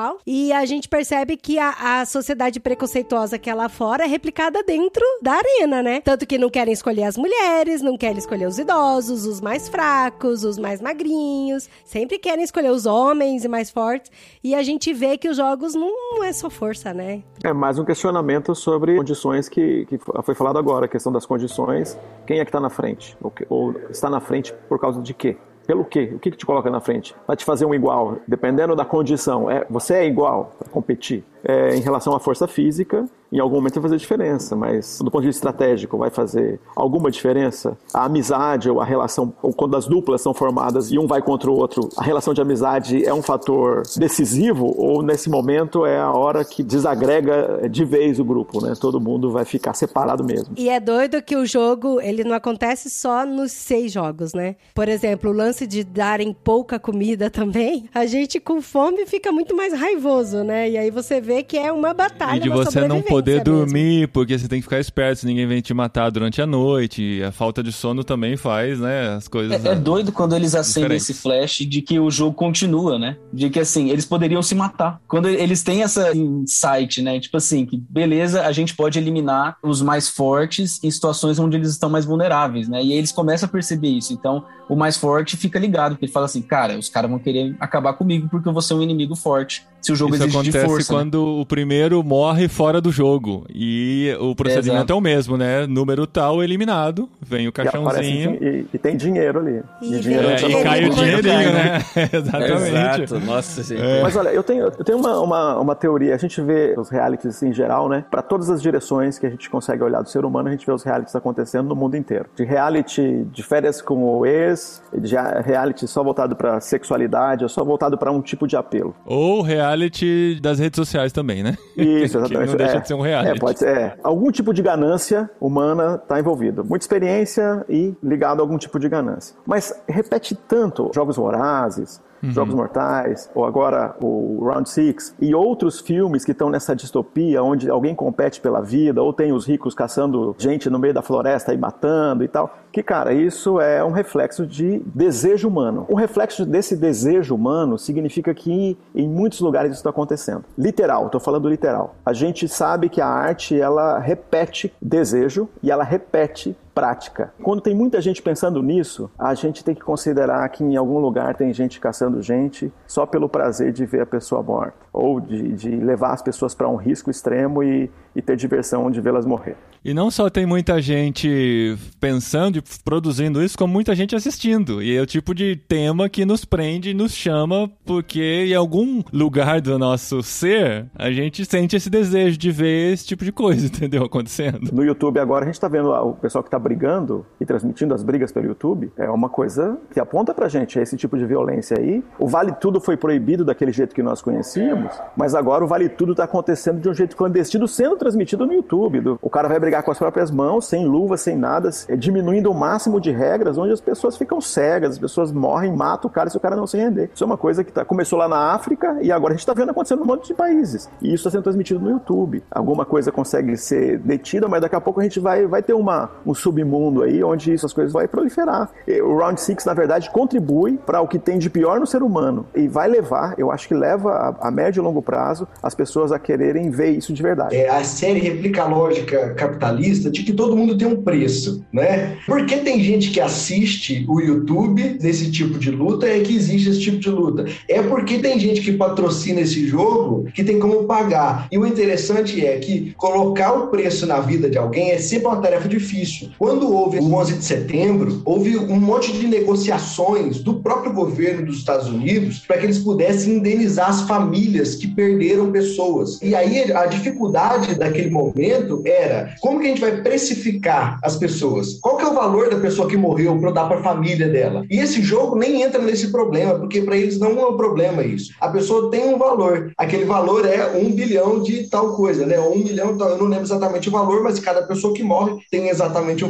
virtual. E a gente percebe que a, a sociedade preconceituosa que é lá fora é replicada dentro da arena, né? Tanto que não querem escolher as mulheres, não querem escolher os idosos, os mais fracos, os mais magrinhos. Sempre querem escolher os homens e mais fortes. E a gente vê que os jogos não é só força, né? É mais um questionamento sobre condições que, que foi falado agora, a questão das condições. Quem é que está na frente? Ou, ou está na frente por causa de quê? Pelo quê? O que, que te coloca na frente? Vai te fazer um igual, dependendo da condição. É, você é igual para competir. É, em relação à força física, em algum momento vai fazer diferença, mas do ponto de vista estratégico, vai fazer alguma diferença? A amizade ou a relação, ou quando as duplas são formadas e um vai contra o outro, a relação de amizade é um fator decisivo ou nesse momento é a hora que desagrega de vez o grupo, né? Todo mundo vai ficar separado mesmo. E é doido que o jogo, ele não acontece só nos seis jogos, né? Por exemplo, o lance de darem pouca comida também, a gente com fome fica muito mais raivoso, né? E aí você vê que é uma batalha, e de uma você não poder mesmo. dormir, porque você tem que ficar esperto, se ninguém vem te matar durante a noite. A falta de sono também faz, né, as coisas... É, é doido quando eles acendem diferentes. esse flash de que o jogo continua, né? De que, assim, eles poderiam se matar. Quando eles têm essa insight, né? Tipo assim, que beleza, a gente pode eliminar os mais fortes em situações onde eles estão mais vulneráveis, né? E aí eles começam a perceber isso. Então, o mais forte fica ligado, porque ele fala assim, cara, os caras vão querer acabar comigo porque eu vou ser um inimigo forte. Se o jogo Isso exige de força. acontece quando né? o primeiro morre fora do jogo. E o procedimento é, é o mesmo, né? Número tal, eliminado. Vem o caixãozinho. E, e, e tem dinheiro ali. E, e, dinheiro é, e cai o dinheirinho, né? Exatamente. Exato. Nossa, gente. É. Mas olha, eu tenho, eu tenho uma, uma, uma teoria. A gente vê os realities em geral, né? Para todas as direções que a gente consegue olhar do ser humano, a gente vê os realities acontecendo no mundo inteiro. De reality de férias com o ex, de reality só voltado para sexualidade, ou só voltado para um tipo de apelo. Ou reality das redes sociais também, né? Isso, exatamente. Que não deixa é, de ser um reality. É, pode ser. É. Algum tipo de ganância humana está envolvido. Muita experiência e ligado a algum tipo de ganância. Mas repete tanto Jogos Vorazes, Uhum. Jogos Mortais, ou agora o Round Six, e outros filmes que estão nessa distopia, onde alguém compete pela vida, ou tem os ricos caçando gente no meio da floresta e matando e tal, que, cara, isso é um reflexo de desejo humano. O reflexo desse desejo humano significa que em muitos lugares isso está acontecendo. Literal, estou falando literal. A gente sabe que a arte, ela repete desejo e ela repete prática. Quando tem muita gente pensando nisso, a gente tem que considerar que em algum lugar tem gente caçando gente só pelo prazer de ver a pessoa morta, ou de, de levar as pessoas para um risco extremo e, e ter diversão de vê-las morrer. E não só tem muita gente pensando e produzindo isso, como muita gente assistindo. E é o tipo de tema que nos prende e nos chama, porque em algum lugar do nosso ser, a gente sente esse desejo de ver esse tipo de coisa, entendeu? Acontecendo. No YouTube agora, a gente tá vendo o pessoal que tá brigando e transmitindo as brigas pelo YouTube. É uma coisa que aponta pra gente esse tipo de violência aí. O Vale Tudo foi proibido daquele jeito que nós conhecíamos, mas agora o Vale Tudo tá acontecendo de um jeito clandestino, sendo transmitido no YouTube. O cara vai brigar com as próprias mãos, sem luva, sem nada, diminuindo o máximo de regras, onde as pessoas ficam cegas, as pessoas morrem, matam o cara se o cara não se render. Isso é uma coisa que tá, começou lá na África e agora a gente tá vendo acontecendo em um monte de países. E isso está sendo transmitido no YouTube. Alguma coisa consegue ser detida, mas daqui a pouco a gente vai, vai ter uma, um submundo aí, onde essas coisas vão proliferar. E o Round Six, na verdade, contribui para o que tem de pior no ser humano. E vai levar, eu acho que leva a, a médio e longo prazo, as pessoas a quererem ver isso de verdade. É, a série replica a lógica capitalista de que todo mundo tem um preço, né? Por que tem gente que assiste o YouTube nesse tipo de luta é que existe esse tipo de luta? É porque tem gente que patrocina esse jogo que tem como pagar. E o interessante é que colocar o preço na vida de alguém é sempre uma tarefa difícil. Quando houve o onze de setembro, houve um monte de negociações do próprio governo dos Estados Unidos para que eles pudessem indenizar as famílias que perderam pessoas. E aí a dificuldade daquele momento era como que a gente vai precificar as pessoas? Qual que é o valor da pessoa que morreu para dar para a família dela? E esse jogo nem entra nesse problema, porque para eles não é um problema isso. A pessoa tem um valor. Aquele valor é um bilhão de tal coisa, né? Um milhão, eu não lembro exatamente o valor, mas cada pessoa que morre tem exatamente o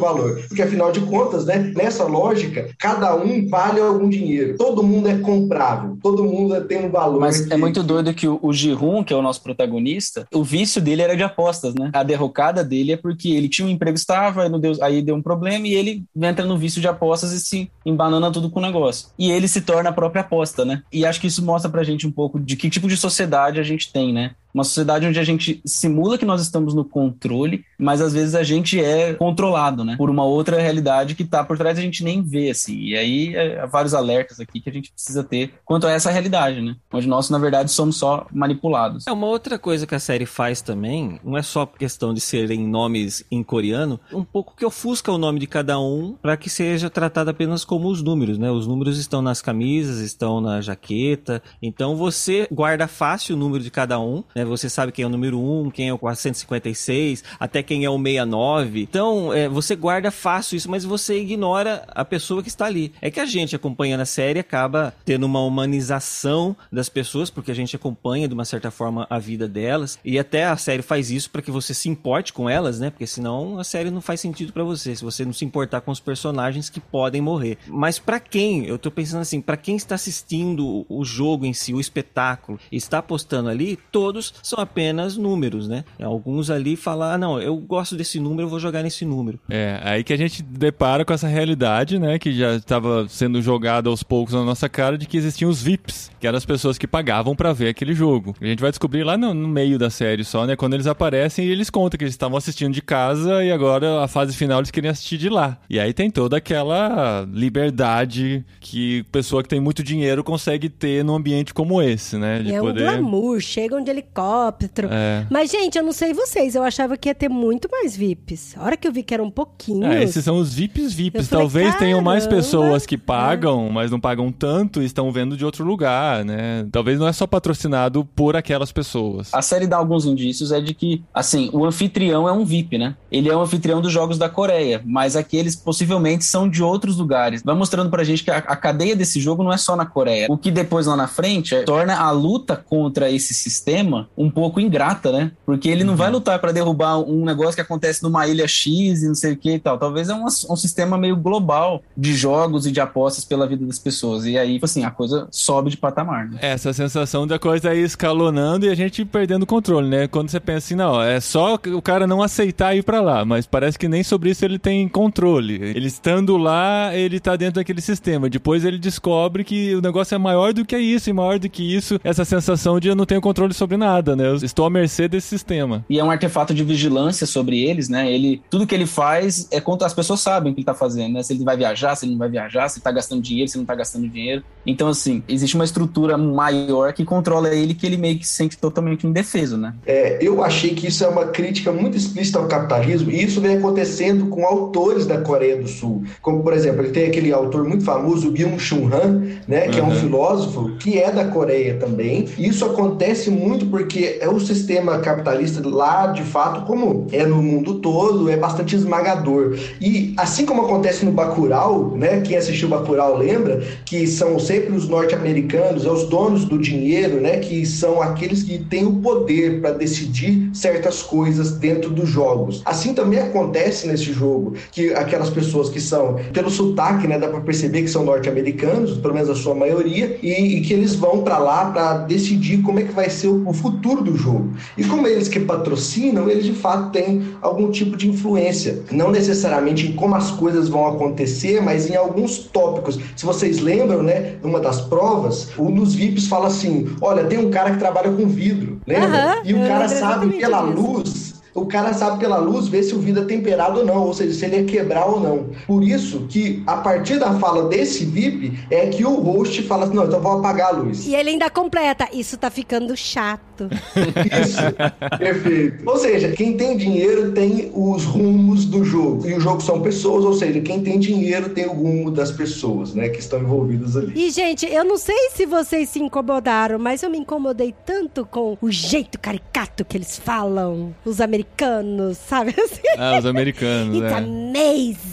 valor. Porque, afinal de contas, né, nessa lógica, cada um vale algum dinheiro. Todo mundo é comprável. Todo mundo tem um valor. Mas que... é muito doido que o, o Ji-hoon, que é o nosso protagonista, o vício dele era de apostas, né? A derrocada dele é porque ele tinha um emprego estável, aí, não deu, aí deu um problema e ele entra no vício de apostas e se embanana tudo com o negócio. E ele se torna a própria aposta, né? E acho que isso mostra pra gente um pouco de que tipo de sociedade a gente tem, né? Uma sociedade onde a gente simula que nós estamos no controle, mas às vezes a gente é controlado, né? Por uma outra realidade que tá por trás e a gente nem vê, assim. E aí, há vários alertas aqui que a gente precisa ter quanto a essa realidade, né? Onde nós, na verdade, somos só manipulados. É, uma outra coisa que a série faz também, não é só questão de serem nomes em coreano, um pouco que ofusca o nome de cada um para que seja tratado apenas como os números, né? Os números estão nas camisas, estão na jaqueta, então você guarda fácil o número de cada um, né? Você sabe quem é o número um, quem é o quatrocentos e cinquenta e seis, até quem é o sessenta e nove. Então, é, você guarda fácil isso, mas você ignora a pessoa que está ali. É que a gente, acompanhando a série, acaba tendo uma humanização das pessoas, porque a gente acompanha, de uma certa forma, a vida delas. E até a série faz isso para que você se importe com elas, né? Porque senão a série não faz sentido para você, se você não se importar com os personagens que podem morrer. Mas para quem, eu tô pensando assim, para quem está assistindo o jogo em si, o espetáculo, e está apostando ali, todos são apenas números, né? Alguns ali falam, ah, não, eu gosto desse número, eu vou jogar nesse número. É, aí que a gente depara com essa realidade, né, que já estava sendo jogada aos poucos na nossa cara, de que existiam os V I Ps, que eram as pessoas que pagavam pra ver aquele jogo. A gente vai descobrir lá no, no meio da série só, né, quando eles aparecem e eles contam que eles estavam assistindo de casa e agora a fase final eles queriam assistir de lá. E aí tem toda aquela liberdade que pessoa que tem muito dinheiro consegue ter num ambiente como esse, né, de é poder... um glamour, chegam de helicóptero. É. Mas, gente, eu não sei vocês, eu achava que ia ter muito mais V I Ps. A hora que eu vi que eram pouquinhos... Ah, esses são os V I Ps V I Ps. falei, Talvez tenham mais caramba. pessoas que pagam, é. mas não pagam tanto e estão vendo de outro lugar, né? Talvez não é só patrocinado por aquelas pessoas. A série dá alguns indícios, é de que, assim, o anfitrião é um V I P, né? Ele é o anfitrião dos jogos da Coreia, mas aqueles possivelmente são de outros lugares. Vai mostrando pra gente que a, a cadeia desse jogo não é só na Coreia. O que depois, lá na frente, é, torna a luta contra esse sistema um pouco ingrata, né? Porque ele não uhum. vai lutar pra derrubar um negócio que acontece numa ilha X e não sei o que e tal. Talvez é um, um sistema meio global de jogos e de apostas pela vida das pessoas. E aí, assim, a coisa sobe de patamar, né? Essa sensação da coisa aí escalonando e a gente perdendo o controle, né? Quando você pensa assim, não, é só o cara não aceitar ir pra lá, mas parece que nem sobre isso ele tem controle. Ele estando lá, ele tá dentro daquele sistema. Depois ele descobre que o negócio é maior do que isso, e maior do que isso, essa sensação de eu não tenho controle sobre nada, né? Eu estou à mercê desse sistema. E é um artefato de vigilância sobre eles, né? Ele, tudo que ele faz é contra... As pessoas sabem o que ele tá fazendo, né? Se ele vai viajar, se ele não vai viajar, se ele tá gastando dinheiro, se ele não tá gastando dinheiro. Então, assim, existe uma estrutura maior que controla ele, que ele meio que se sente totalmente indefeso, né? É, eu achei que isso é uma crítica muito explícita ao capitalismo, e isso vem acontecendo com autores da Coreia do Sul. Como, por exemplo, ele tem aquele autor muito famoso, o Byung-Chul Han, né? Que uhum. é um filósofo que é da Coreia também. E isso acontece muito porque é o sistema capitalista lá, de fato, como é no mundo todo, é bastante esmagador. E assim como acontece no Bacurau, né? Quem assistiu Bacurau lembra que são sempre os norte-americanos, é os donos do dinheiro, né? Que são aqueles que têm o poder para decidir certas coisas dentro dos jogos. Assim também acontece nesse jogo, que aquelas pessoas que são, pelo sotaque, né? Dá para perceber que são norte-americanos, pelo menos a sua maioria, e, e que eles vão para lá para decidir como é que vai ser o, o futuro do jogo. E como eles que patrocinam, eles de fato têm algum tipo de influência, não necessariamente em como as coisas vão acontecer, mas em alguns tópicos. Se vocês lembram, né, numa das provas, um dos V I Ps fala assim, olha, tem um cara que trabalha com vidro, lembra? Uhum, e o cara sabe pela disso. luz... O cara sabe pela luz ver se o vidro é temperado ou não, ou seja, se ele ia quebrar ou não. Por isso que, a partir da fala desse V I P, é que o host fala assim, não, então vou apagar a luz. E ele ainda completa, isso tá ficando chato. Isso, perfeito. Ou seja, quem tem dinheiro tem os rumos do jogo. E o jogo são pessoas, ou seja, quem tem dinheiro tem o rumo das pessoas, né, que estão envolvidas ali. E, gente, eu não sei se vocês se incomodaram, mas eu me incomodei tanto com o jeito caricato que eles falam, os americanos. Americanos, sabe assim? Ah, os americanos, It's é. amazing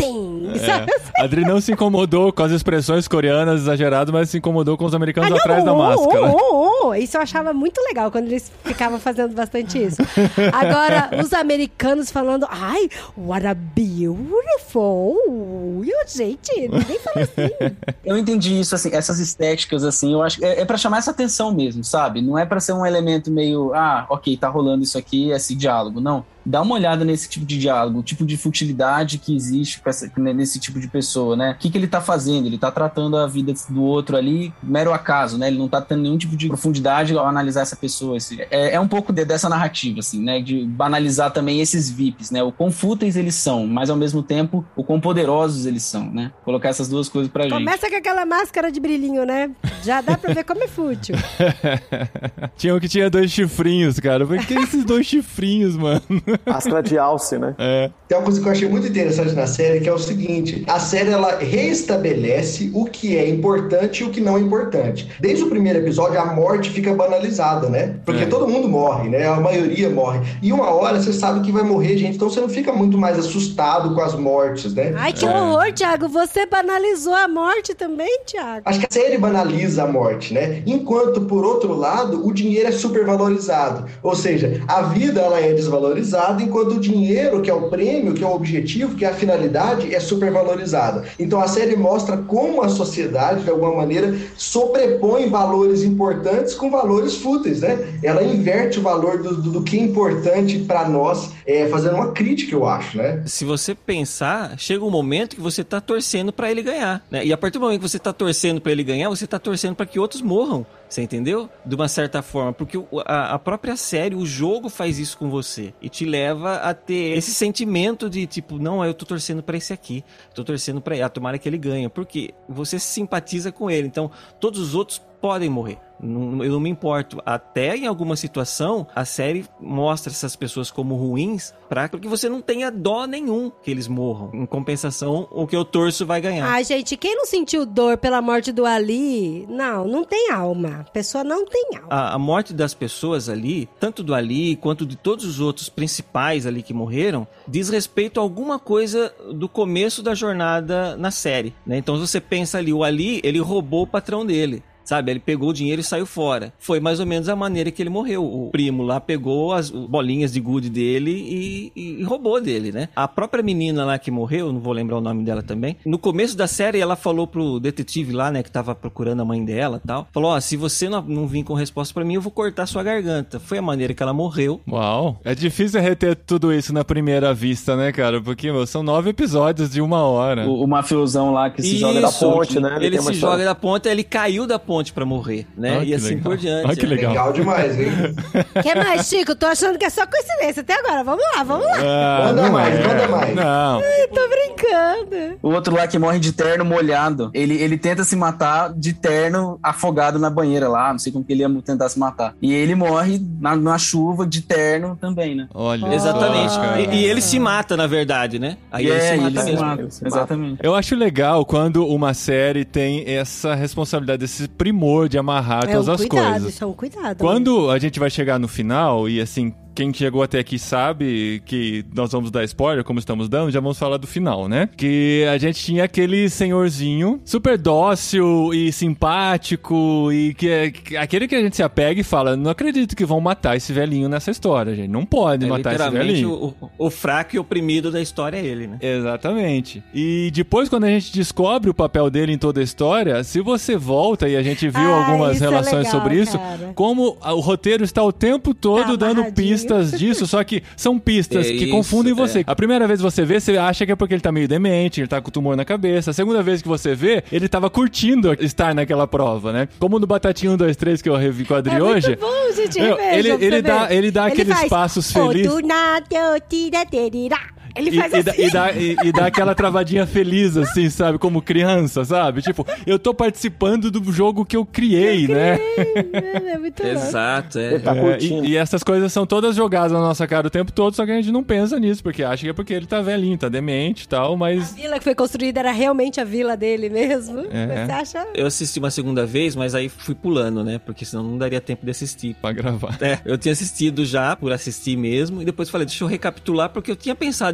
thing, sabe? A Adri não se incomodou com as expressões coreanas exageradas, mas se incomodou com os americanos Ah, não, atrás da oh, máscara. oh, oh, oh. Isso eu achava muito legal quando eles ficavam fazendo bastante isso. Agora, os americanos falando, ai, what a beautiful. E o gente, ninguém fala assim. Eu entendi isso, assim, essas estéticas, assim, eu acho que é, é pra chamar essa atenção mesmo, sabe? Não é pra ser um elemento meio, ah, ok, tá rolando isso aqui, esse diálogo. Não. Dá uma olhada nesse tipo de diálogo, o tipo de futilidade que existe com essa, nesse tipo de pessoa, né? O que, que ele tá fazendo? Ele tá tratando a vida do outro ali, mero acaso, né? Ele não tá tendo nenhum tipo de profundidade ao analisar essa pessoa. Esse, é, é um pouco de, dessa narrativa, assim, né? De banalizar também esses V I Ps, né? O quão fúteis eles são, mas ao mesmo tempo, o quão poderosos eles são, né? Colocar essas duas coisas pra gente. Começa com aquela máscara de brilhinho, né? Já dá pra ver como é fútil. Tinha um que tinha dois chifrinhos, cara. Por que esses dois chifrinhos, mano? Máscara de alce, né? É. Tem uma coisa que eu achei muito interessante na série, que é o seguinte: a série ela reestabelece o que é importante e o que não é importante. Desde o primeiro episódio, a morte fica banalizada, né? Porque É. todo mundo morre, né? A maioria morre. E uma hora você sabe que vai morrer gente, então você não fica muito mais assustado com as mortes, né? Ai, que É. horror, Thiago. Você banalizou a morte também, Thiago. Acho que a série banaliza a morte, né? Enquanto, por outro lado, o dinheiro é supervalorizado. Ou seja, a vida ela é desvalorizada, enquanto o dinheiro, que é o prêmio, que é o objetivo, que é a finalidade, é supervalorizado. Então a série mostra como a sociedade, de alguma maneira, sobrepõe valores importantes com valores fúteis, né? Ela inverte o valor do, do, do que é importante para nós, é, fazendo uma crítica, eu acho, né? Se você pensar, chega um momento que você tá torcendo pra ele ganhar, né? E a partir do momento que você tá torcendo pra ele ganhar, você tá torcendo pra que outros morram. Você entendeu? De uma certa forma. Porque o- a, a própria série, o jogo faz isso com você. E te leva a ter esse sentimento de tipo, não, eu tô torcendo pra esse aqui. Tô torcendo pra ele. Ah, tomara que ele ganhe. Porque você se simpatiza com ele. Então, todos os outros podem morrer. Não, eu não me importo. Até em alguma situação, a série mostra essas pessoas como ruins para que você não tenha dó nenhum que eles morram. Em compensação, o que eu torço vai ganhar. Ai, gente, quem não sentiu dor pela morte do Ali, não, não tem alma. A pessoa não tem alma. A, a morte das pessoas ali, tanto do Ali quanto de todos os outros principais ali que morreram, diz respeito a alguma coisa do começo da jornada na série, né? Então você pensa ali, o Ali, ele roubou o patrão dele. Sabe, ele pegou o dinheiro e saiu fora. Foi mais ou menos a maneira que ele morreu. O primo lá pegou as bolinhas de gude dele e, e, e roubou dele, né? A própria menina lá que morreu, não vou lembrar o nome dela também, no começo da série ela falou pro detetive lá, né, que tava procurando a mãe dela e tal, falou, ó, se você não, não vir com resposta pra mim, eu vou cortar sua garganta. Foi a maneira que ela morreu. Uau. É difícil reter tudo isso na primeira vista, né, cara? Porque, meu, são nove episódios de uma hora. O, o mafiosão lá que se joga Isso, da ponte, ponte, né? Ele, Ele tem uma se história. joga da ponte, ele caiu da ponte pra morrer, né? Ah, e que assim legal. por diante. Ah, que legal. Legal demais, hein? Que mais, Chico? Tô achando que é só coincidência até agora. Vamos lá, vamos lá. Ah, Manda não mais, é. manda mais. Não. Eu tô brincando. O outro lá que morre de terno molhado. Ele, ele tenta se matar de terno afogado na banheira lá. Não sei como que ele ia tentar se matar. E ele morre na, na chuva de terno também, né? Olha Exatamente. só, cara. E, e ele se mata, na verdade, né? Aí ele é, se mata ele se mesmo. mata. Ele se mata. Exatamente. Eu acho legal quando uma série tem essa responsabilidade, esse primor de amarrar É todas um as cuidado, coisas. isso é um cuidado. Quando a gente vai chegar no final, e assim, quem chegou até aqui sabe que nós vamos dar spoiler, como estamos dando, já vamos falar do final, né? Que a gente tinha aquele senhorzinho super dócil e simpático, e que é que- aquele que a gente se apega e fala, não acredito que vão matar esse velhinho nessa história, gente. Não pode É, matar esse literalmente, velhinho. o, o, o fraco e oprimido da história é ele, né? Exatamente. E depois, quando a gente descobre o papel dele em toda a história, se você volta, e a gente viu Ah, algumas isso é relações legal, sobre isso, cara. como a- o roteiro está o tempo todo Tá dando amarradinho. pistas disso, só que são pistas É que isso, confundem é. você. A primeira vez que você vê, você acha que é porque ele tá meio demente, ele tá com tumor na cabeça. A segunda vez que você vê, ele tava curtindo estar naquela prova, né? Como no Batatinha um, dois, três que eu revi com a Adri É muito hoje. bom, gente. Meu, Revejam ele- pra ele você dá- ver. ele dá aqueles faz, passos "Oh, felizes." do nada, eu tira, terira. Ele E, faz e assim. dá, e, dá, e- e dá aquela travadinha feliz, assim, sabe? Como criança, sabe? Tipo, eu tô participando do jogo que eu criei, né? É muito louco. Exato, é. Ele tá É, curtindo. e, e essas coisas são todas jogadas na nossa cara o tempo todo, só que a gente não pensa nisso, porque acha que é porque ele tá velhinho, tá demente e tal, A mas... vila que foi construída era realmente a vila dele mesmo. É. Você acha? Eu assisti uma segunda vez, mas aí fui pulando, né? Porque senão não daria tempo de assistir. Pra gravar. É, eu tinha assistido já, por assistir mesmo, e depois falei, deixa eu recapitular, porque eu tinha pensado em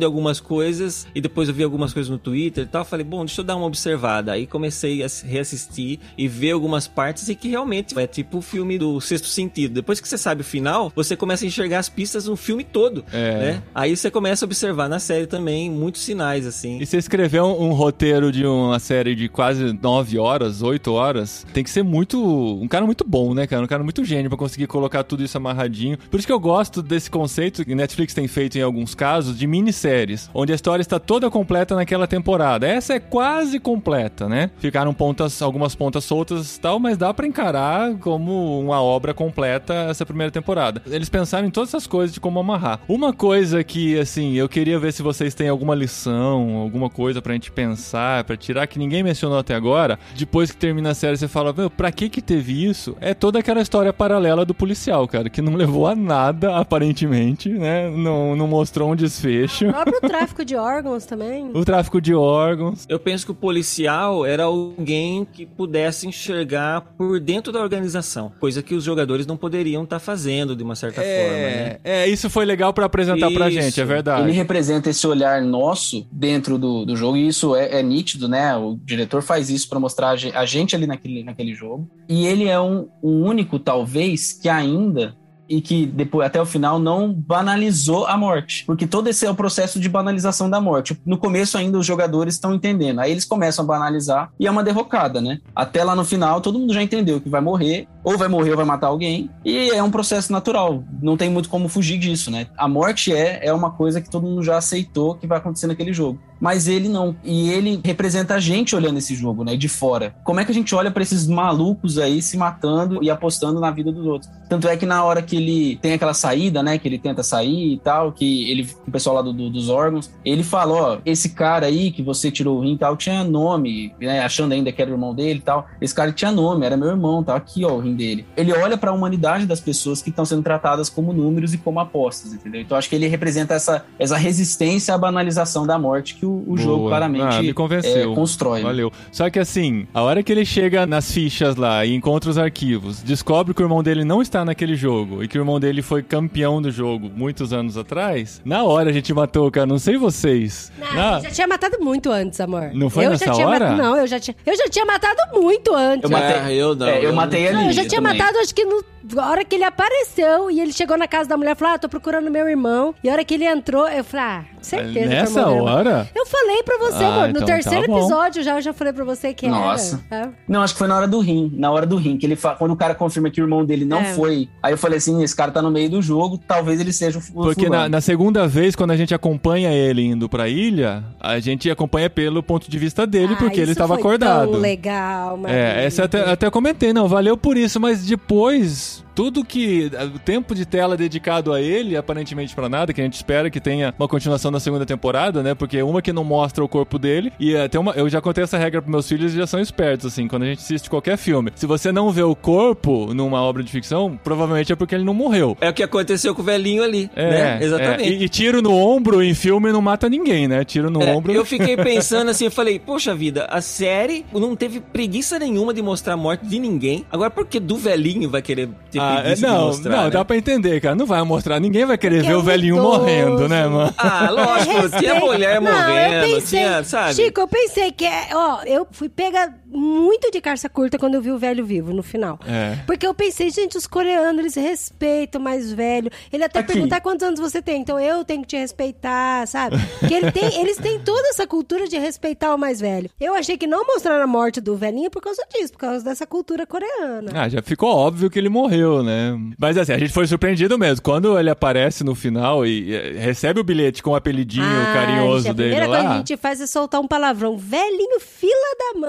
algumas coisas e depois eu vi algumas coisas no Twitter e tal, falei, bom, deixa eu dar uma observada. Aí comecei a reassistir e ver algumas partes e que realmente é tipo o filme do Sexto Sentido. Depois que você sabe o final, você começa a enxergar as pistas no filme todo, É. né? Aí você começa a observar na série também muitos sinais, assim. E você escrever um, um roteiro de uma série de quase nove horas, oito horas, tem que ser muito... Um cara muito bom, né, cara? Um cara muito gênio pra conseguir colocar tudo isso amarradinho. Por isso que eu gosto desse conceito que Netflix tem feito em alguns casos de minisséries, onde a história está toda completa naquela temporada. Essa é quase completa, né? Ficaram pontas, algumas pontas soltas e tal, mas dá pra encarar como uma obra completa essa primeira temporada. Eles pensaram em todas essas coisas de como amarrar. Uma coisa que, assim, eu queria ver se vocês têm alguma lição, alguma coisa pra gente pensar, pra tirar, que ninguém mencionou até agora. Depois que termina a série, você fala, meu, pra que que teve isso? É toda aquela história paralela do policial, cara, que não levou a nada, aparentemente, né? Não, não mostrou um desfecho. O próprio tráfico de órgãos também. O tráfico de órgãos. Eu penso que o policial era alguém que pudesse enxergar por dentro da organização, coisa que os jogadores não poderiam estar fazendo de uma certa forma, né? É, isso foi legal pra apresentar pra Isso. gente, é verdade. Ele representa esse olhar nosso dentro do, do jogo, e isso é, é nítido, né? O diretor faz isso pra mostrar a ge- a gente ali naquele, naquele jogo. E ele é um, um único, talvez, que ainda... e que depois, até o final, não banalizou a morte. Porque todo esse é o processo de banalização da morte. No começo ainda os jogadores estão entendendo. Aí eles começam a banalizar e é uma derrocada, né? Até lá no final, todo mundo já entendeu que vai morrer, ou vai morrer ou vai matar alguém. E é um processo natural. Não tem muito como fugir disso, né? A morte é, é uma coisa que todo mundo já aceitou que vai acontecer naquele jogo. Mas ele não. E ele representa a gente olhando esse jogo, né? De fora. Como é que a gente olha pra esses malucos aí se matando e apostando na vida dos outros? Tanto é que na hora que ele tem aquela saída, né? Que ele tenta sair e tal, que ele, o pessoal lá do, do, dos órgãos, ele fala, ó, esse cara aí que você tirou o rim e tal, tinha nome, né? Achando ainda que era o irmão dele e tal. Esse cara tinha nome, era meu irmão, tá aqui, ó, o rim dele. Ele olha pra humanidade das pessoas que estão sendo tratadas como números e como apostas, entendeu? Então acho que ele representa essa, essa resistência à banalização da morte que o, o jogo claramente ah, me convenceu. É, constrói. Né? Valeu. Só que assim, a hora que ele chega nas fichas lá e encontra os arquivos, descobre que o irmão dele não está naquele jogo e que o irmão dele foi campeão do jogo muitos anos atrás, na hora a gente matou, cara. Não sei vocês. Não, na... eu já tinha matado muito antes, amor. Não foi eu nessa já tinha hora? Ma... Não, eu já tinha, eu já tinha matado muito antes. Eu matei, É, eu não, é, eu eu matei ali. Não, eu já tinha também. matado, acho que no, a hora que ele apareceu e ele chegou na casa da mulher e falou, ah, tô procurando meu irmão. E a hora que ele entrou, eu falei, ah, certeza. Nessa que é o irmão dele. hora? Eu falei pra você, Ah, amor, no então terceiro tá bom. episódio já, eu já falei pra você que Nossa. era. É. Não, acho que foi na hora do rim. Na hora do rim, que ele fa... quando o cara confirma que o irmão dele não É. foi. Aí eu falei assim: esse cara tá no meio do jogo, talvez ele seja o fu- o Porque fulano. na, na segunda vez, quando a gente acompanha ele indo pra ilha, a gente acompanha pelo ponto de vista dele, Ah, porque ele isso estava foi acordado. Tão legal, mas... É, essa até, até comentei, não, valeu por isso, mas depois, tudo que, o tempo de tela dedicado a ele, aparentemente pra nada, que a gente espera que tenha uma continuação na segunda temporada, né, porque uma que não mostra o corpo dele, e até uma, eu já contei essa regra pros meus filhos e já são espertos, assim, quando a gente assiste qualquer filme, se você não vê o corpo numa obra de ficção, provavelmente é porque ele não morreu. É o que aconteceu com o velhinho ali, É, né? Exatamente. é, e, e tiro no ombro em filme não mata ninguém, né, tiro no É, ombro... eu fiquei pensando assim, eu falei, poxa vida, a série não teve preguiça nenhuma de mostrar a morte de ninguém. Agora, por que do velhinho vai querer ter Ah, é, preguiça não, de mostrar? não, né? dá pra entender, cara. Não vai mostrar. Ninguém vai querer Porque ver é o velhinho idoso. morrendo, né, mano? Ah, lógico, Respeito. tinha mulher Não, morrendo, eu pensei, tinha, sabe? Chico, eu pensei que, é, ó, eu fui pega muito de carça curta quando eu vi o velho vivo no final. É. Porque eu pensei, gente, os coreanos, eles respeitam o mais velho. Ele até Aqui. perguntar quantos anos você tem, então eu tenho que te respeitar, sabe? Porque ele tem, eles têm toda essa cultura de respeitar o mais velho. Eu achei que não mostraram a morte do velhinho por causa disso, por causa dessa cultura coreana. Ah, já ficou óbvio que ele morreu, né? Mas assim, a gente foi surpreendido mesmo. Quando ele aparece no final e e recebe o bilhete com o apelidinho Ah, carinhoso gente, a dele primeira lá... coisa que a gente faz é soltar um palavrão. Velhinho, fila da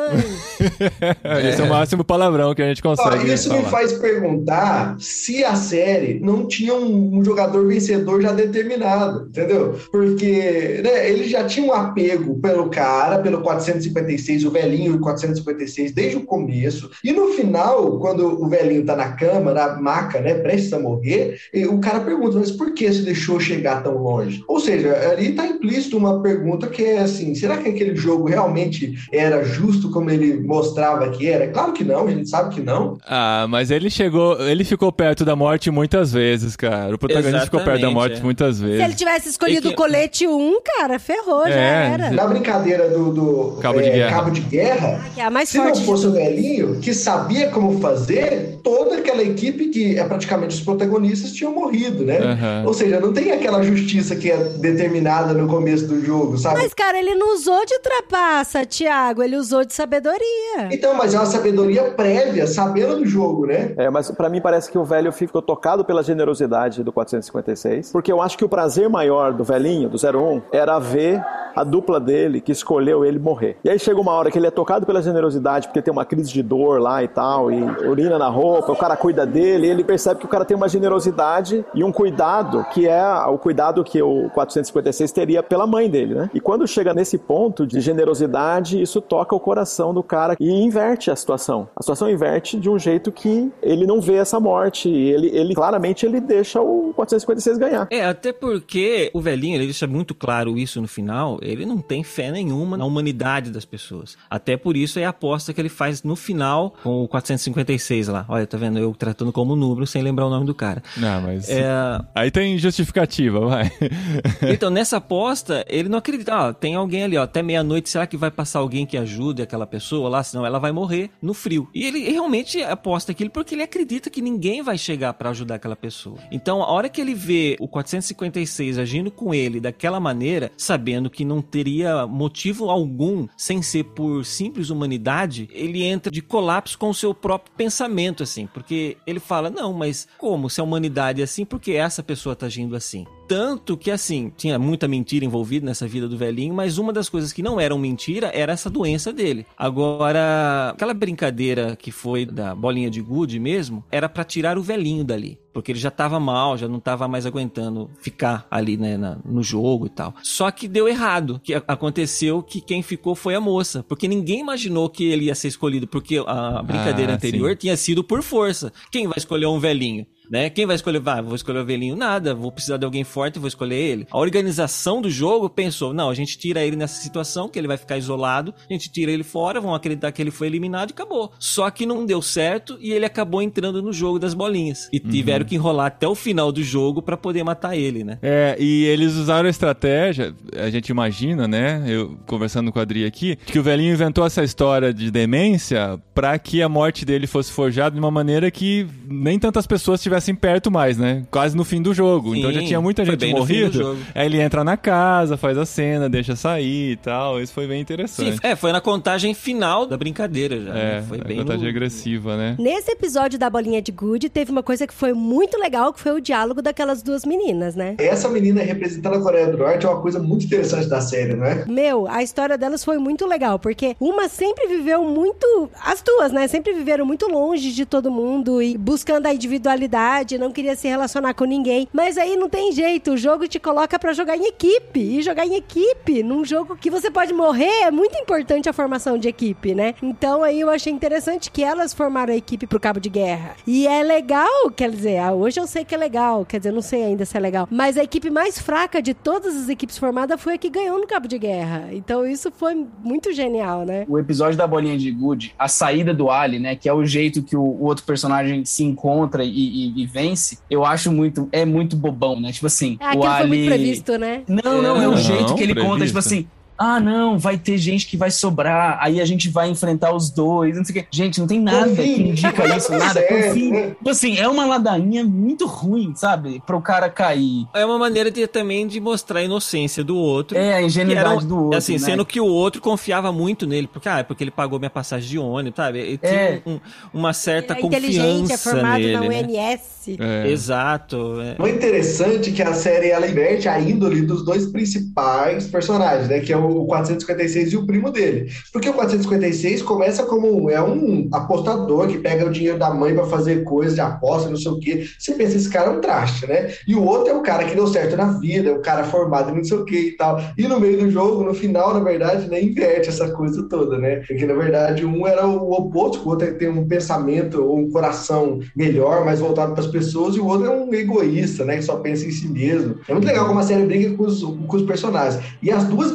mãe. Esse é o máximo palavrão que a gente Ó, consegue isso falar. me faz perguntar se a série não tinha um, um jogador vencedor já determinado, entendeu? Porque né, ele já tinha um apego pelo cara, pelo quatrocentos e cinquenta e seis, o velhinho e quatrocentos e cinquenta e seis, desde o começo. E no final, quando o velhinho tá na cama, na maca, né, prestes a morrer, e o cara pergunta, mas por que você deixou chegar tão longe? Ou seja, ali tá implícito uma pergunta que é assim, será que aquele jogo realmente era justo como ele mostrava que era? Claro que não, a gente sabe que não. Ah, mas ele chegou, ele ficou perto da morte muitas vezes, cara. O protagonista ficou perto da morte é. muitas vezes. Se ele tivesse escolhido E o que- colete um, cara, ferrou, já É, era. Na brincadeira do, do Cabo de é, guerra. Cabo de Guerra, Que é a mais se não forte de fosse o todas. velhinho que sabia como fazer, toda aquela equipe que é praticamente os protagonistas tinham morrido, né? Aham. Ou seja, não tem aquela justiça que é determinada no começo do jogo, sabe? Mas, cara, ele não usou de trapaça, Thiago. Ele usou de sabedoria. Então, mas é uma sabedoria prévia, sabendo do jogo, né? É, mas pra mim parece que o velho ficou tocado pela generosidade do quatrocentos e cinquenta e seis, porque eu acho que o prazer maior do velhinho, do zero um, era ver a dupla dele que escolheu ele morrer. E aí chega uma hora que ele é tocado pela generosidade, porque tem uma crise de dor lá e tal, e urina na roupa, o cara cuida dele, e ele percebe que o cara tem uma generosidade e um cuidado, que é o cuidado que o quatrocentos e cinquenta e seis teria pela mãe dele, né? E quando chega nesse ponto de generosidade, isso toca o coração do cara e inverte a situação. A situação inverte de um jeito que ele não vê essa morte, e ele, ele claramente ele deixa o quatrocentos e cinquenta e seis ganhar. É, até porque o velhinho, ele deixa muito claro isso no final, ele não tem fé nenhuma na humanidade das pessoas. Até por isso é a aposta que ele faz no final com o quatrocentos e cinquenta e seis lá. Olha, tá vendo? Eu tratando como número sem lembrar o nome do cara. Não, mas... É... Aí tem justificativa, vai. Então, nessa aposta, ele não acredita. Ah, tem alguém ali, ó, até meia-noite, será que vai passar alguém que ajude aquela pessoa lá? Senão ela vai morrer no frio. E ele realmente aposta aquilo porque ele acredita que ninguém vai chegar pra ajudar aquela pessoa. Então, a hora que ele vê o quatrocentos e cinquenta e seis agindo com ele daquela maneira, sabendo que não teria motivo algum, sem ser por simples humanidade, ele entra de colapso com o seu próprio pensamento, assim. Porque ele fala, não, mas como? Se a humanidade é assim, por que essa pessoa tá agindo assim? Tanto que, assim, tinha muita mentira envolvida nessa vida do velhinho, mas uma das coisas que não eram mentira era essa doença dele. Agora, aquela brincadeira que foi da bolinha de gude mesmo, era pra tirar o velhinho dali. Porque ele já tava mal, já não tava mais aguentando ficar ali, né, na, no jogo e tal. Só que deu errado. Que aconteceu que quem ficou foi a moça. Porque ninguém imaginou que ele ia ser escolhido. Porque a brincadeira Ah, anterior sim. tinha sido por força. Quem vai escolher um velhinho? Né? Quem vai escolher? Ah, vou escolher o velhinho? Nada, vou precisar de alguém forte, vou escolher ele. A organização do jogo pensou, não, a gente tira ele nessa situação, que ele vai ficar isolado, a gente tira ele fora, vão acreditar que ele foi eliminado e acabou. Só que não deu certo e ele acabou entrando no jogo das bolinhas. E tiveram que enrolar até o final do jogo pra poder matar ele, né? É, e eles usaram a estratégia, a gente imagina, né, eu conversando com a Adri aqui, que o velhinho inventou essa história de demência pra que a morte dele fosse forjada de uma maneira que nem tantas pessoas tivessem perto mais, né? Quase no fim do jogo. Sim, então já tinha muita foi gente bem no fim do morrida. jogo. Aí ele entra na casa, faz a cena, deixa sair e tal. Isso foi bem interessante. Sim, é, foi na contagem final da brincadeira já. É, né? Foi a bem contagem no... agressiva, né? Nesse episódio da Bolinha de Gude, teve uma coisa que foi muito legal, que foi o diálogo daquelas duas meninas, né? Essa menina representando a Coreia do Norte é uma coisa muito interessante da série, não é? Meu, a história delas foi muito legal, porque uma sempre viveu muito... As duas, né? Sempre viveram muito longe de todo mundo e buscando a individualidade, não queria se relacionar com ninguém. Mas aí não tem jeito, o jogo te coloca pra jogar em equipe. E jogar em equipe, num jogo que você pode morrer, é muito importante a formação de equipe, né? Então aí eu achei interessante que elas formaram a equipe pro cabo de guerra. E é legal, quer dizer, ah, hoje eu sei que é legal, quer dizer, eu não sei ainda se é legal. Mas a equipe mais fraca de todas as equipes formadas foi a que ganhou no cabo de guerra. Então isso foi muito genial, né? O episódio da bolinha de gude, a saída do Ali, né, que é o jeito que o, o outro personagem se encontra e, e, e vence, eu acho muito, é muito bobão, né? Tipo assim, Ah, o aquilo Ali... foi muito previsto, né? Não, não, é Não, o jeito que ele previsto. conta, tipo assim, ah, não, vai ter gente que vai sobrar, aí a gente vai enfrentar os dois, não sei o quê. Gente, não tem nada Confie. que indica isso, nada. Certo, Confie. né? Tipo assim, é uma ladainha muito ruim, sabe? Pro cara cair. É uma maneira de, também de mostrar a inocência do outro. É, a ingenuidade Que era, do outro, Assim, né? sendo que o outro confiava muito nele, porque, ah, é porque ele pagou minha passagem de ônibus, sabe? E tinha É. um- uma certa Ele é inteligente, confiança é formado nele, na U né? N S. É. Exato. É. O interessante é que a série ela inverte a índole dos dois principais personagens, né? Que é o quatrocentos e cinquenta e seis e o primo dele. Porque o quatrocentos e cinquenta e seis começa como é um apostador que pega o dinheiro da mãe para fazer coisas de aposta, não sei o quê. Você pensa, esse cara é um traste, né? E o outro é o cara que deu certo na vida, é o cara formado em não sei o quê e tal. E no meio do jogo, no final, na verdade, né, inverte essa coisa toda, né? Porque, na verdade, um era o oposto, o outro tem um pensamento ou um coração melhor, mais voltado para as pessoas, e o outro é um egoísta, né? Que só pensa em si mesmo. É muito legal como a série briga com os, com os personagens. E as duas meninas,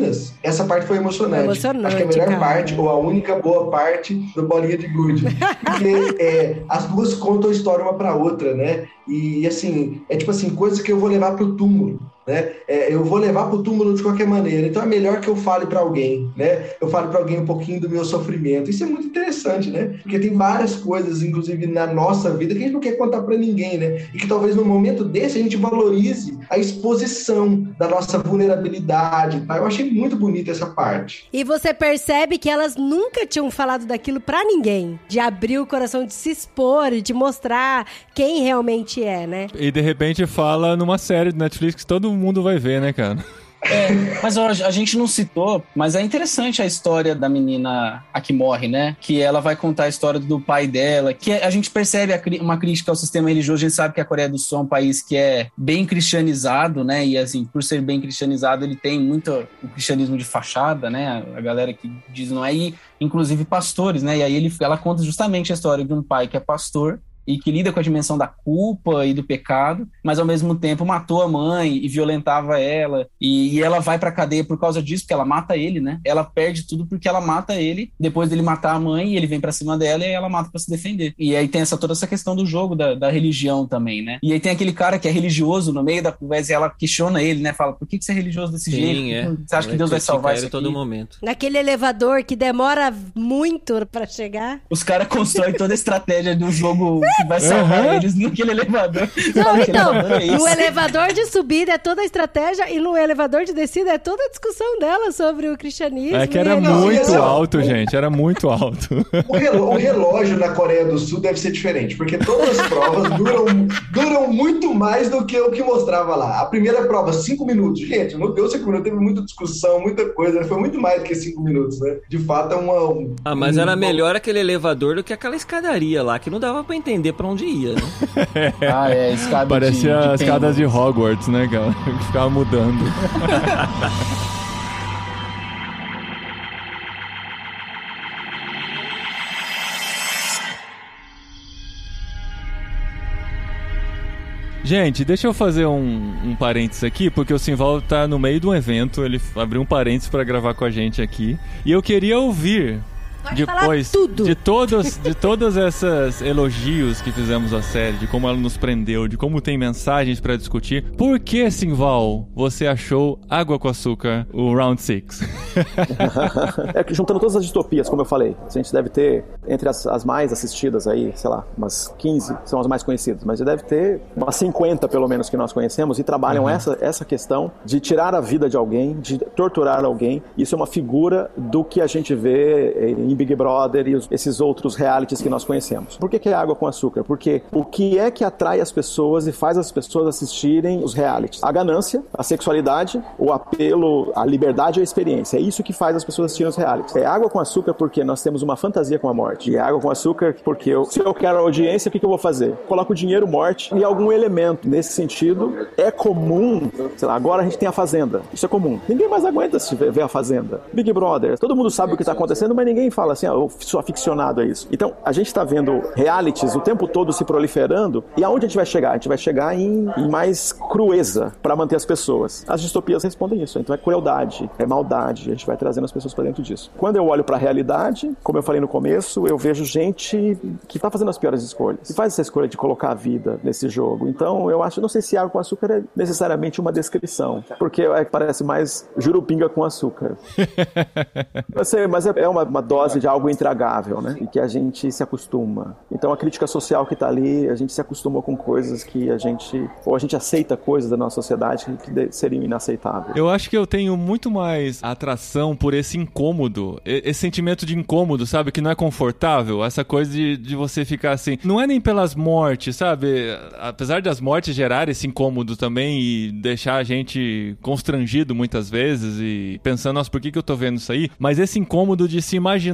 meninas, essa parte foi emocionante. Foi emocionante, Acho que a melhor cara. parte, ou a única boa parte do Bolinha de Gude. Porque é, as duas contam a história uma pra outra, né? E assim, é tipo assim, coisas que eu vou levar pro túmulo. Né? É, eu vou levar pro túmulo de qualquer maneira, então é melhor que eu fale para alguém, né? Eu fale para alguém um pouquinho do meu sofrimento. Isso é muito interessante, né? Porque tem várias coisas, inclusive na nossa vida, que a gente não quer contar para ninguém, né? E que talvez no momento desse a gente valorize a exposição da nossa vulnerabilidade, tá? Eu achei muito bonita essa parte. E você percebe que elas nunca tinham falado daquilo pra ninguém. De abrir o coração, de se expor e de mostrar quem realmente é, né? E de repente fala numa série do Netflix que todo mundo vai ver, né, cara? É, mas ó, a gente não citou, mas é interessante a história da menina a que morre, né? Que ela vai contar a história do pai dela, que a gente percebe a, uma crítica ao sistema religioso. A gente sabe que a Coreia do Sul é um país que é bem cristianizado, né? E assim, por ser bem cristianizado, ele tem muito o cristianismo de fachada, né? A galera que diz não é, e inclusive pastores, né? E aí ele, ela conta justamente a história de um pai que é pastor e que lida com a dimensão da culpa e do pecado, mas ao mesmo tempo matou a mãe e violentava ela, e, e ela vai pra cadeia por causa disso, porque ela mata ele, né? Ela perde tudo porque ela mata ele, depois dele matar a mãe, e ele vem pra cima dela e ela mata pra se defender. E aí tem essa, toda essa questão do jogo, da, da religião também, né? E aí tem aquele cara que é religioso no meio da conversa, e ela questiona ele, né? Fala, por que, que você é religioso desse Sim, jeito? é. Você acha que Deus vai salvar isso a todo momento. Naquele elevador que demora muito pra chegar. Os caras constroem toda a estratégia do jogo que vai salvar Uhum. eles naquele elevador. Não, Fala, que então, elevador é esse? no elevador de subida é toda a estratégia e no elevador de descida é toda a discussão dela sobre o cristianismo. É que e era a muito religião. alto, gente. Era muito alto. O relógio, o relógio na Coreia do Sul deve ser diferente, porque todas as provas duram, duram muito mais do que o que mostrava lá. A primeira prova, cinco minutos. Gente, não deu cinco minutos, teve muita discussão, muita coisa. Foi muito mais do que cinco minutos, né? De fato, é uma... Um, Ah, mas um, era melhor aquele elevador do que aquela escadaria lá, que não dava pra entender pra onde ia, né? Ah, é, escada Parecia de, de as escadas de pêndulos. Hogwarts, né, cara? Que ficava mudando. Gente, deixa eu fazer um, um parênteses aqui, porque o Simval tá no meio de um evento, ele abriu um parênteses pra gravar com a gente aqui, e eu queria ouvir Pode depois falar tudo. de todos de todas essas elogios que fizemos à série, de como ela nos prendeu, de como tem mensagens pra discutir. Por que, Simval, você achou Água com Açúcar o Round six? É que juntando todas as distopias, como eu falei, a gente deve ter, entre as, as mais assistidas aí, sei lá, umas quinze são as mais conhecidas, mas já deve ter umas cinquenta pelo menos que nós conhecemos e trabalham Uhum. essa, essa questão de tirar a vida de alguém, de torturar alguém. Isso é uma figura do que a gente vê em Big Brother e os, esses outros realities que nós conhecemos. Por que, que é Água com Açúcar? Porque o que é que atrai as pessoas e faz as pessoas assistirem os realities? A ganância, a sexualidade, o apelo, a liberdade e a experiência. É isso que faz as pessoas assistirem os realities. É Água com Açúcar porque nós temos uma fantasia com a morte. E é Água com Açúcar porque eu, se eu quero audiência, o que, que eu vou fazer? Coloco dinheiro, morte e algum elemento. Nesse sentido, é comum, sei lá, agora a gente tem a Fazenda. Isso é comum. Ninguém mais aguenta se ver a Fazenda. Big Brother, todo mundo sabe o que está acontecendo, mas ninguém fala assim, ah, eu sou aficionado a isso. Então, a gente está vendo realities o tempo todo se proliferando, e aonde a gente vai chegar? A gente vai chegar em, em mais crueza para manter as pessoas. As distopias respondem isso. Então é crueldade, é maldade, a gente vai trazendo as pessoas para dentro disso. Quando eu olho para a realidade, como eu falei no começo, eu vejo gente que está fazendo as piores escolhas. E faz essa escolha de colocar a vida nesse jogo. Então, eu acho, não sei se Água com Açúcar é necessariamente uma descrição, porque é, parece mais Jurupinga com açúcar. Eu sei, mas é uma, uma dose de algo intragável, né? E que a gente se acostuma. Então a crítica social que está ali, a gente se acostumou com coisas que a gente... Ou a gente aceita coisas da nossa sociedade que de, seriam inaceitáveis. Eu acho que eu tenho muito mais atração por esse incômodo, esse sentimento de incômodo, sabe? Que não é confortável, essa coisa de, de você ficar assim... Não é nem pelas mortes, sabe? Apesar das mortes gerarem esse incômodo também e deixar a gente constrangido muitas vezes e pensando, nossa, por que que eu tô vendo isso aí? Mas esse incômodo de se imaginar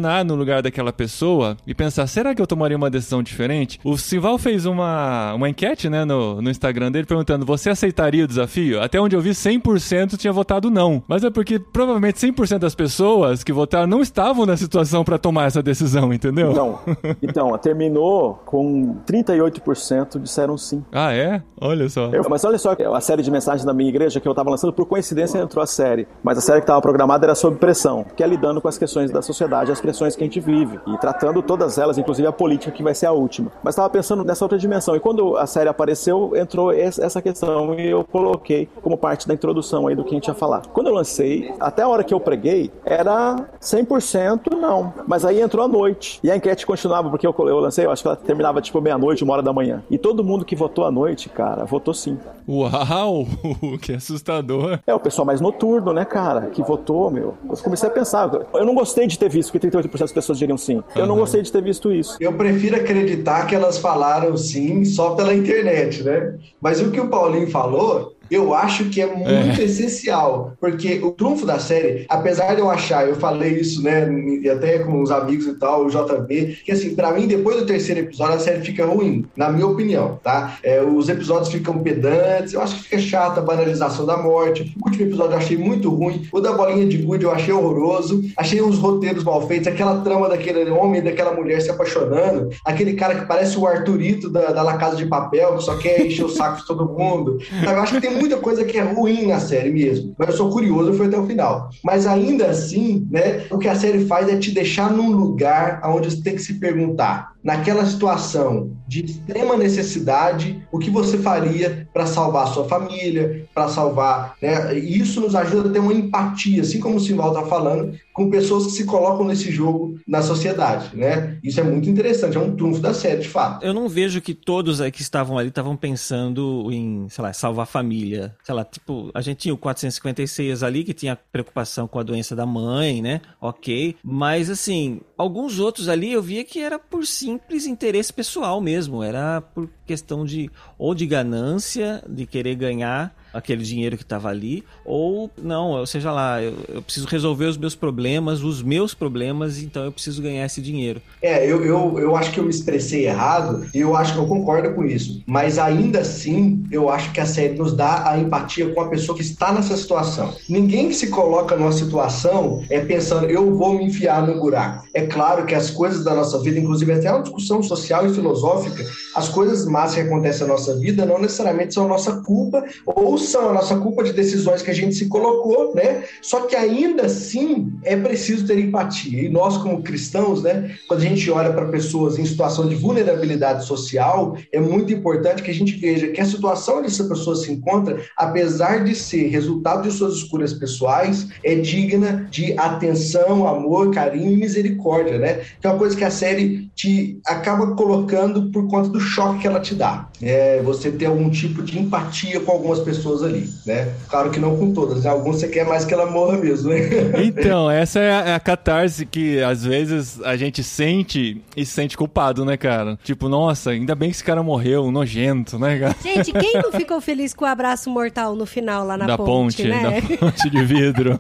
imaginar no lugar daquela pessoa e pensar, será que eu tomaria uma decisão diferente? O Simval fez uma, uma enquete, né, no, no Instagram dele, perguntando, você aceitaria o desafio? Até onde eu vi, cem por cento tinha votado não. Mas é porque provavelmente cem por cento das pessoas que votaram não estavam na situação pra tomar essa decisão, entendeu? Então, então terminou com trinta e oito por cento disseram sim. Ah, é? Olha só. Eu, mas olha só, a série de mensagens da minha igreja que eu tava lançando, por coincidência entrou a série. Mas a série que estava programada era sobre pressão, que é lidando com as questões da sociedade, as pressões que a gente vive. E tratando todas elas, inclusive a política, que vai ser a última. Mas estava pensando nessa outra dimensão. E quando a série apareceu, entrou essa questão e eu coloquei como parte da introdução aí do que a gente ia falar. Quando eu lancei, até a hora que eu preguei, era cem por cento não. Mas aí entrou a noite. E a enquete continuava, porque eu, eu lancei, eu acho que ela terminava tipo meia-noite, uma hora da manhã. E todo mundo que votou à noite, cara, votou sim. Uau! Que assustador. É, o pessoal mais noturno, né, cara, que votou, meu. Eu comecei a pensar, eu não gostei de ter visto que trinta e oito por cento das pessoas diriam sim. Eu uhum. não gostei de ter visto isso. Eu prefiro acreditar que elas falaram sim só pela internet, né? Mas o que o Paulinho falou, eu acho que é muito é. essencial, porque o trunfo da série, apesar de eu achar, eu falei isso, né, e até com os amigos e tal, o J B, que assim, pra mim, depois do terceiro episódio, a série fica ruim, na minha opinião, tá? É, os episódios ficam pedantes, eu acho que fica chata a banalização da morte, o último episódio eu achei muito ruim, o da bolinha de gude eu achei horroroso, achei os roteiros mal feitos, aquela trama daquele homem e daquela mulher se apaixonando, aquele cara que parece o Arthurito da, da La Casa de Papel, que só quer encher o saco de todo mundo, sabe? Eu acho que tem muita coisa que é ruim na série mesmo, mas eu sou curioso, foi até o final. Mas ainda assim, né, o que a série faz é te deixar num lugar onde você tem que se perguntar, naquela situação de extrema necessidade, o que você faria para salvar a sua família, para salvar, né? E isso nos ajuda a ter uma empatia, assim como o Simval está falando, com pessoas que se colocam nesse jogo na sociedade, né? Isso é muito interessante, é um trunfo da série, de fato. Eu não vejo que todos que estavam ali estavam pensando em, sei lá, salvar a família. Sei lá, tipo, a gente tinha o quatrocentos e cinquenta e seis ali, que tinha preocupação com a doença da mãe, né? Ok. Mas, assim, alguns outros ali eu via que era por simples interesse pessoal mesmo. Era por questão de, ou de ganância, de querer ganhar aquele dinheiro que estava ali, ou não, ou seja lá, eu, eu preciso resolver os meus problemas, os meus problemas, então eu preciso ganhar esse dinheiro. É, eu, eu, eu acho que eu me expressei errado, e eu acho que eu concordo com isso, mas ainda assim, eu acho que a série nos dá a empatia com a pessoa que está nessa situação. Ninguém que se coloca numa situação é pensando, eu vou me enfiar no buraco. É claro que as coisas da nossa vida, inclusive até uma discussão social e filosófica, as coisas más que acontecem na nossa vida não necessariamente são nossa culpa, ou são a nossa culpa de decisões que a gente se colocou, né? Só que ainda assim é preciso ter empatia. E nós, como cristãos, né, quando a gente olha para pessoas em situação de vulnerabilidade social, é muito importante que a gente veja que a situação onde essa pessoa se encontra, apesar de ser resultado de suas escolhas pessoais, é digna de atenção, amor, carinho e misericórdia, né? Que é uma coisa que a série te acaba colocando por conta do choque que ela te dá. É você ter algum tipo de empatia com algumas pessoas ali, né? Claro que não com todas, né? Alguns você quer mais que ela morra mesmo, né? Então, essa é a, é a catarse que às vezes a gente sente e se sente culpado, né, cara? Tipo, nossa, ainda bem que esse cara morreu, nojento, né, cara? Gente, quem não ficou feliz com o abraço mortal no final lá na da ponte, ponte, né? Da ponte de vidro.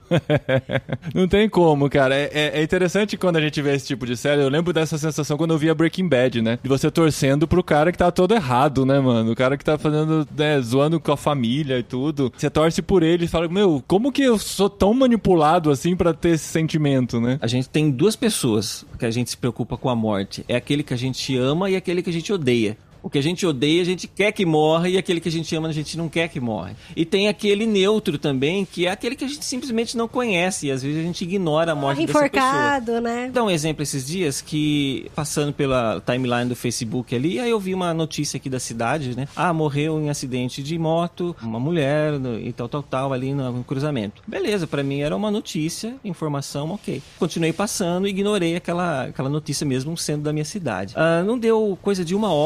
Não tem como, cara. É, é interessante quando a gente vê esse tipo de série. Eu lembro dessa sensação quando eu via Breaking Bad, né? De você torcendo pro cara que tá todo errado, né, mano? O cara que tá fazendo, né, zoando com a família e tudo. Você torce por ele e fala, meu, como que eu sou tão manipulado assim pra ter esse sentimento, né? A gente tem duas pessoas que a gente se preocupa com a morte. É aquele que a gente ama e aquele que a gente odeia. O que a gente odeia, a gente quer que morra, e aquele que a gente ama, a gente não quer que morra. E tem aquele neutro também, que é aquele que a gente simplesmente não conhece, e às vezes a gente ignora a morte dessa pessoa. Enforcado, né? Vou dar um exemplo esses dias, que passando pela timeline do Facebook ali, aí eu vi uma notícia aqui da cidade, né? Ah, morreu em acidente de moto, uma mulher e tal, tal, tal, ali no cruzamento. Beleza, pra mim era uma notícia, informação, ok. Continuei passando e ignorei aquela, aquela notícia mesmo sendo da minha cidade. Ah, não deu coisa de uma hora, minha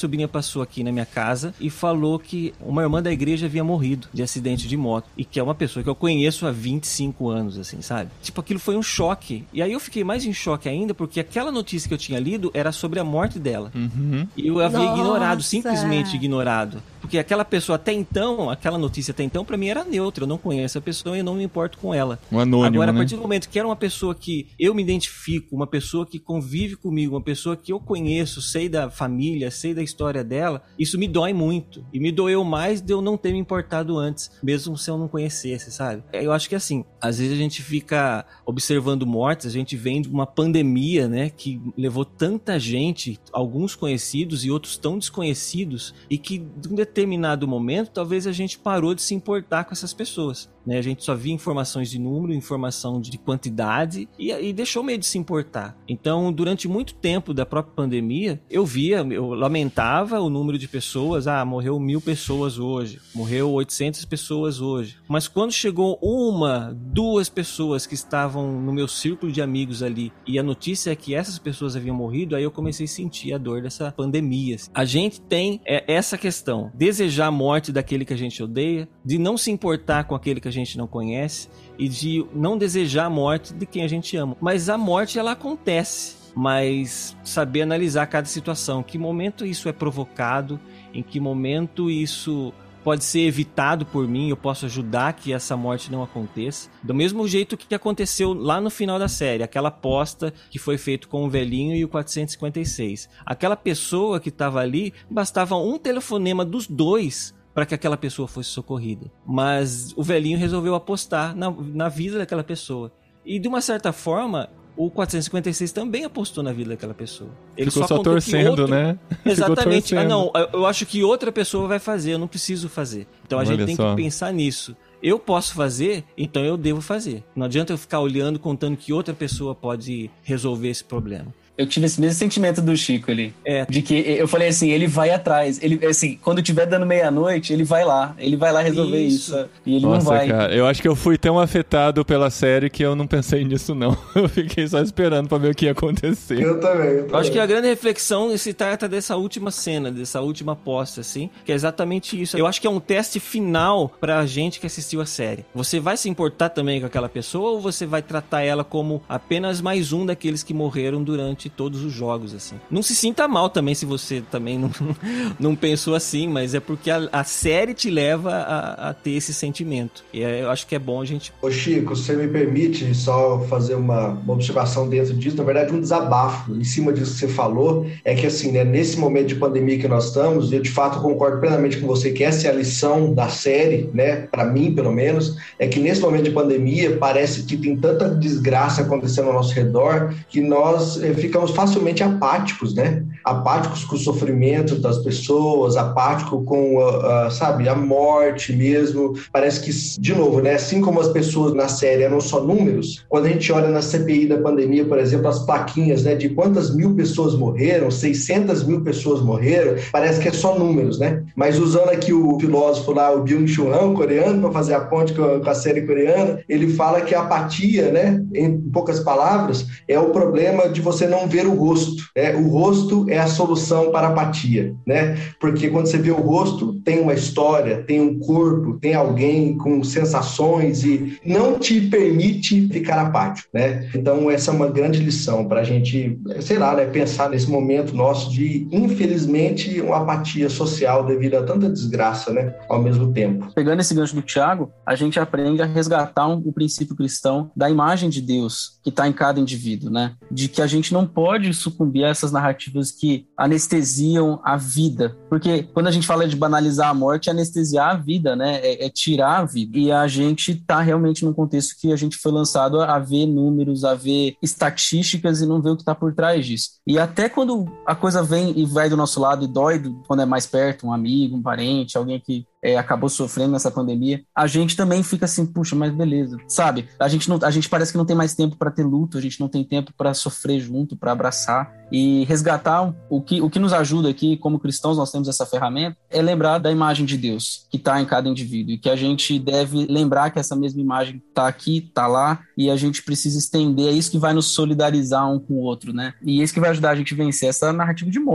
sobrinha passou aqui na minha casa e falou que uma irmã da igreja havia morrido de acidente de moto. E que é uma pessoa que eu conheço há vinte e cinco anos, assim, sabe? Tipo, aquilo foi um choque. E aí eu fiquei mais em choque ainda, porque aquela notícia que eu tinha lido era sobre a morte dela. Uhum. E eu havia Nossa. ignorado, simplesmente ignorado. Porque aquela pessoa até então, aquela notícia até então, pra mim era neutra. Eu não conheço a pessoa e eu não me importo com ela. Um anônimo, Agora, a né? partir do momento que era uma pessoa que eu me identifico, uma pessoa que convive comigo, uma pessoa que eu conheço, sei da família, sei da história dela, isso me dói muito. E me doeu mais de eu não ter me importado antes, mesmo se eu não conhecesse, sabe? Eu acho que assim, às vezes a gente fica observando mortes, a gente vem de uma pandemia, né, que levou tanta gente, alguns conhecidos e outros tão desconhecidos, e que de um determinado momento, talvez a gente parou de se importar com essas pessoas. Né? A gente só via informações de número, informação de quantidade e, e deixou meio de se importar. Então, durante muito tempo da própria pandemia, eu via, eu lamentava o número de pessoas, ah, morreu mil pessoas hoje, morreu oitocentas pessoas hoje. Mas quando chegou uma, duas pessoas que estavam no meu círculo de amigos ali e a notícia é que essas pessoas haviam morrido, aí eu comecei a sentir a dor dessa pandemia. A gente tem é, essa questão, desejar a morte daquele que a gente odeia, de não se importar com aquele que a gente não conhece e de não desejar a morte de quem a gente ama. Mas a morte, ela acontece. Mas saber analisar cada situação. Em que momento isso é provocado? Em que momento isso pode ser evitado por mim? Eu posso ajudar que essa morte não aconteça. Do mesmo jeito que aconteceu lá no final da série. Aquela aposta que foi feita com o velhinho e o quatrocentos e cinquenta e seis. Aquela pessoa que estava ali, bastava um telefonema dos dois para que aquela pessoa fosse socorrida. Mas o velhinho resolveu apostar na, na vida daquela pessoa. E de uma certa forma, o quatrocentos e cinquenta e seis também apostou na vida daquela pessoa. Ele Ficou só, só torcendo, outro... né? Exatamente. Ficou torcendo. Ah, não, eu acho que outra pessoa vai fazer, eu não preciso fazer. Então a Olha gente tem só. que pensar nisso. Eu posso fazer, então eu devo fazer. Não adianta eu ficar olhando, contando que outra pessoa pode resolver esse problema. Eu tive esse mesmo sentimento do Chico ali. É. De que eu falei assim, ele vai atrás. Ele, assim, quando tiver dando meia-noite, ele vai lá. Ele vai lá resolver isso. Isso. E ele Nossa, não vai. cara, eu acho que eu fui tão afetado pela série que eu não pensei nisso, não. Eu fiquei só esperando pra ver o que ia acontecer. Eu também. Eu, também. Eu acho que a grande reflexão se trata dessa última cena, dessa última aposta, assim, que é exatamente isso. Eu acho que é um teste final pra gente que assistiu a série. Você vai se importar também com aquela pessoa ou você vai tratar ela como apenas mais um daqueles que morreram durante todos os jogos? Assim. Não se sinta mal também se você também não, não pensou assim, mas é porque a, a série te leva a, a ter esse sentimento. E é, eu acho que é bom a gente... Ô Chico, você me permite só fazer uma, uma observação dentro disso, na verdade um desabafo em cima disso que você falou, é que assim, né, nesse momento de pandemia que nós estamos, eu de fato concordo plenamente com você que essa é a lição da série, né, para mim pelo menos, é que nesse momento de pandemia parece que tem tanta desgraça acontecendo ao nosso redor que nós é, ficamos facilmente apáticos, né? Apáticos com o sofrimento das pessoas, apático com, a, a, sabe, a morte mesmo. Parece que, de novo, né? Assim como as pessoas na série eram só números, quando a gente olha na C P I da pandemia, por exemplo, as plaquinhas, né? De quantas mil pessoas morreram, seiscentas mil pessoas morreram, parece que é só números, né? Mas usando aqui o filósofo lá, o Byung-Chul Han, coreano, para fazer a ponte com a, com a série coreana, ele fala que a apatia, né? Em poucas palavras, é o problema de você não ver o rosto. É, o rosto é a solução para a apatia, né? Porque quando você vê o rosto, tem uma história, tem um corpo, tem alguém com sensações e não te permite ficar apático, né? Então essa é uma grande lição para a gente, sei lá, né, pensar nesse momento nosso de, infelizmente, uma apatia social devido a tanta desgraça, né? Ao mesmo tempo. Pegando esse gancho do Thiago, a gente aprende a resgatar um, o princípio cristão da imagem de Deus que está em cada indivíduo, né? De que a gente não pode sucumbir a essas narrativas que anestesiam a vida. Porque quando a gente fala de banalizar a morte, é anestesiar a vida, né? É, é tirar a vida. E a gente tá realmente num contexto que a gente foi lançado a ver números, a ver estatísticas e não ver o que tá por trás disso. E até quando a coisa vem e vai do nosso lado e dói do, quando é mais perto, um amigo, um parente, alguém que É, acabou sofrendo nessa pandemia, a gente também fica assim, puxa, mas beleza, sabe? A gente, não, a gente parece que não tem mais tempo para ter luto, a gente não tem tempo para sofrer junto, para abraçar e resgatar o que, o que nos ajuda aqui, como cristãos nós temos essa ferramenta, é lembrar da imagem de Deus que está em cada indivíduo e que a gente deve lembrar que essa mesma imagem está aqui, está lá e a gente precisa estender, é isso que vai nos solidarizar um com o outro, né? E é isso que vai ajudar a gente a vencer essa narrativa de morte.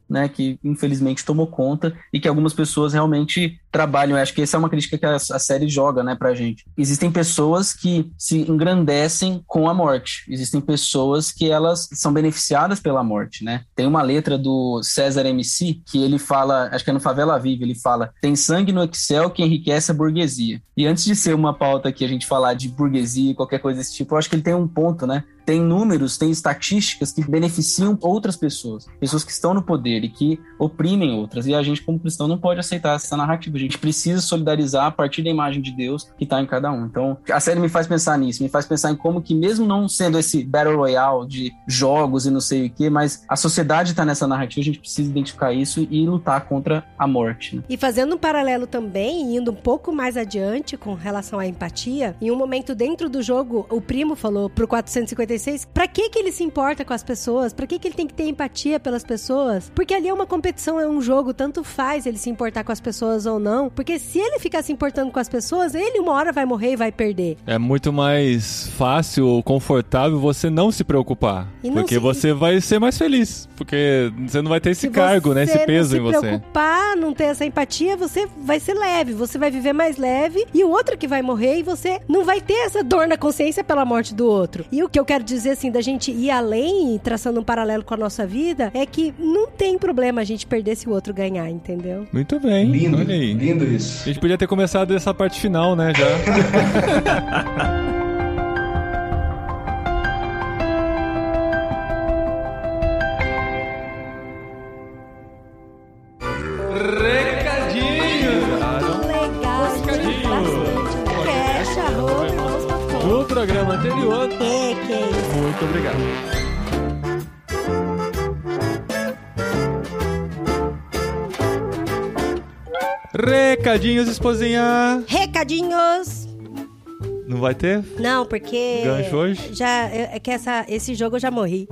né, que infelizmente tomou conta e que algumas pessoas realmente trabalham. Eu acho que essa é uma crítica que a, a série joga, né, pra gente. Existem pessoas que se engrandecem com a morte. Existem pessoas que elas são beneficiadas pela morte, né? Tem uma letra do César M C que ele fala, acho que é no Favela Viva, ele fala: tem sangue no Excel que enriquece a burguesia. E antes de ser uma pauta que a gente falar de burguesia, qualquer coisa desse tipo, eu acho que ele tem um ponto, né? Tem números, tem estatísticas que beneficiam outras pessoas, pessoas que estão no poder e que oprimem outras. E a gente, como cristão, não pode aceitar essa narrativa. A gente precisa solidarizar a partir da imagem de Deus que está em cada um. Então, a série me faz pensar nisso, me faz pensar em como que, mesmo não sendo esse Battle Royale de jogos e não sei o que, mas a sociedade está nessa narrativa, a gente precisa identificar isso e lutar contra a morte, né? E fazendo um paralelo também, indo um pouco mais adiante com relação à empatia, em um momento dentro do jogo, o Primo falou pro quatrocentos e cinquenta e seis, pra que que ele se importa com as pessoas? Pra que que ele tem que ter empatia pelas pessoas? Porque ali é uma competição, é um jogo, tanto faz ele se importar com as pessoas ou não, porque se ele ficar se importando com as pessoas, ele uma hora vai morrer e vai perder. É muito mais fácil ou confortável você não se preocupar, não porque se... você vai ser mais feliz, porque você não vai ter esse se cargo, né, esse peso em você. Se você não se preocupar, não ter essa empatia, você vai ser leve, você vai viver mais leve, e o outro que vai morrer, e você não vai ter essa dor na consciência pela morte do outro. E o que eu quero dizer, assim, da gente ir além, traçando um paralelo com a nossa vida, é que não tem problema a gente perder se o outro ganhar, entendeu? Muito bem, lindo, olha aí. Lindo isso. A gente podia ter começado essa parte final, né, já. No programa anterior. Que, que é isso? Muito obrigado. Recadinhos, esposinha. Recadinhos. Não vai ter? Não, porque... Gancho hoje? Já, é que essa, esse jogo eu já morri.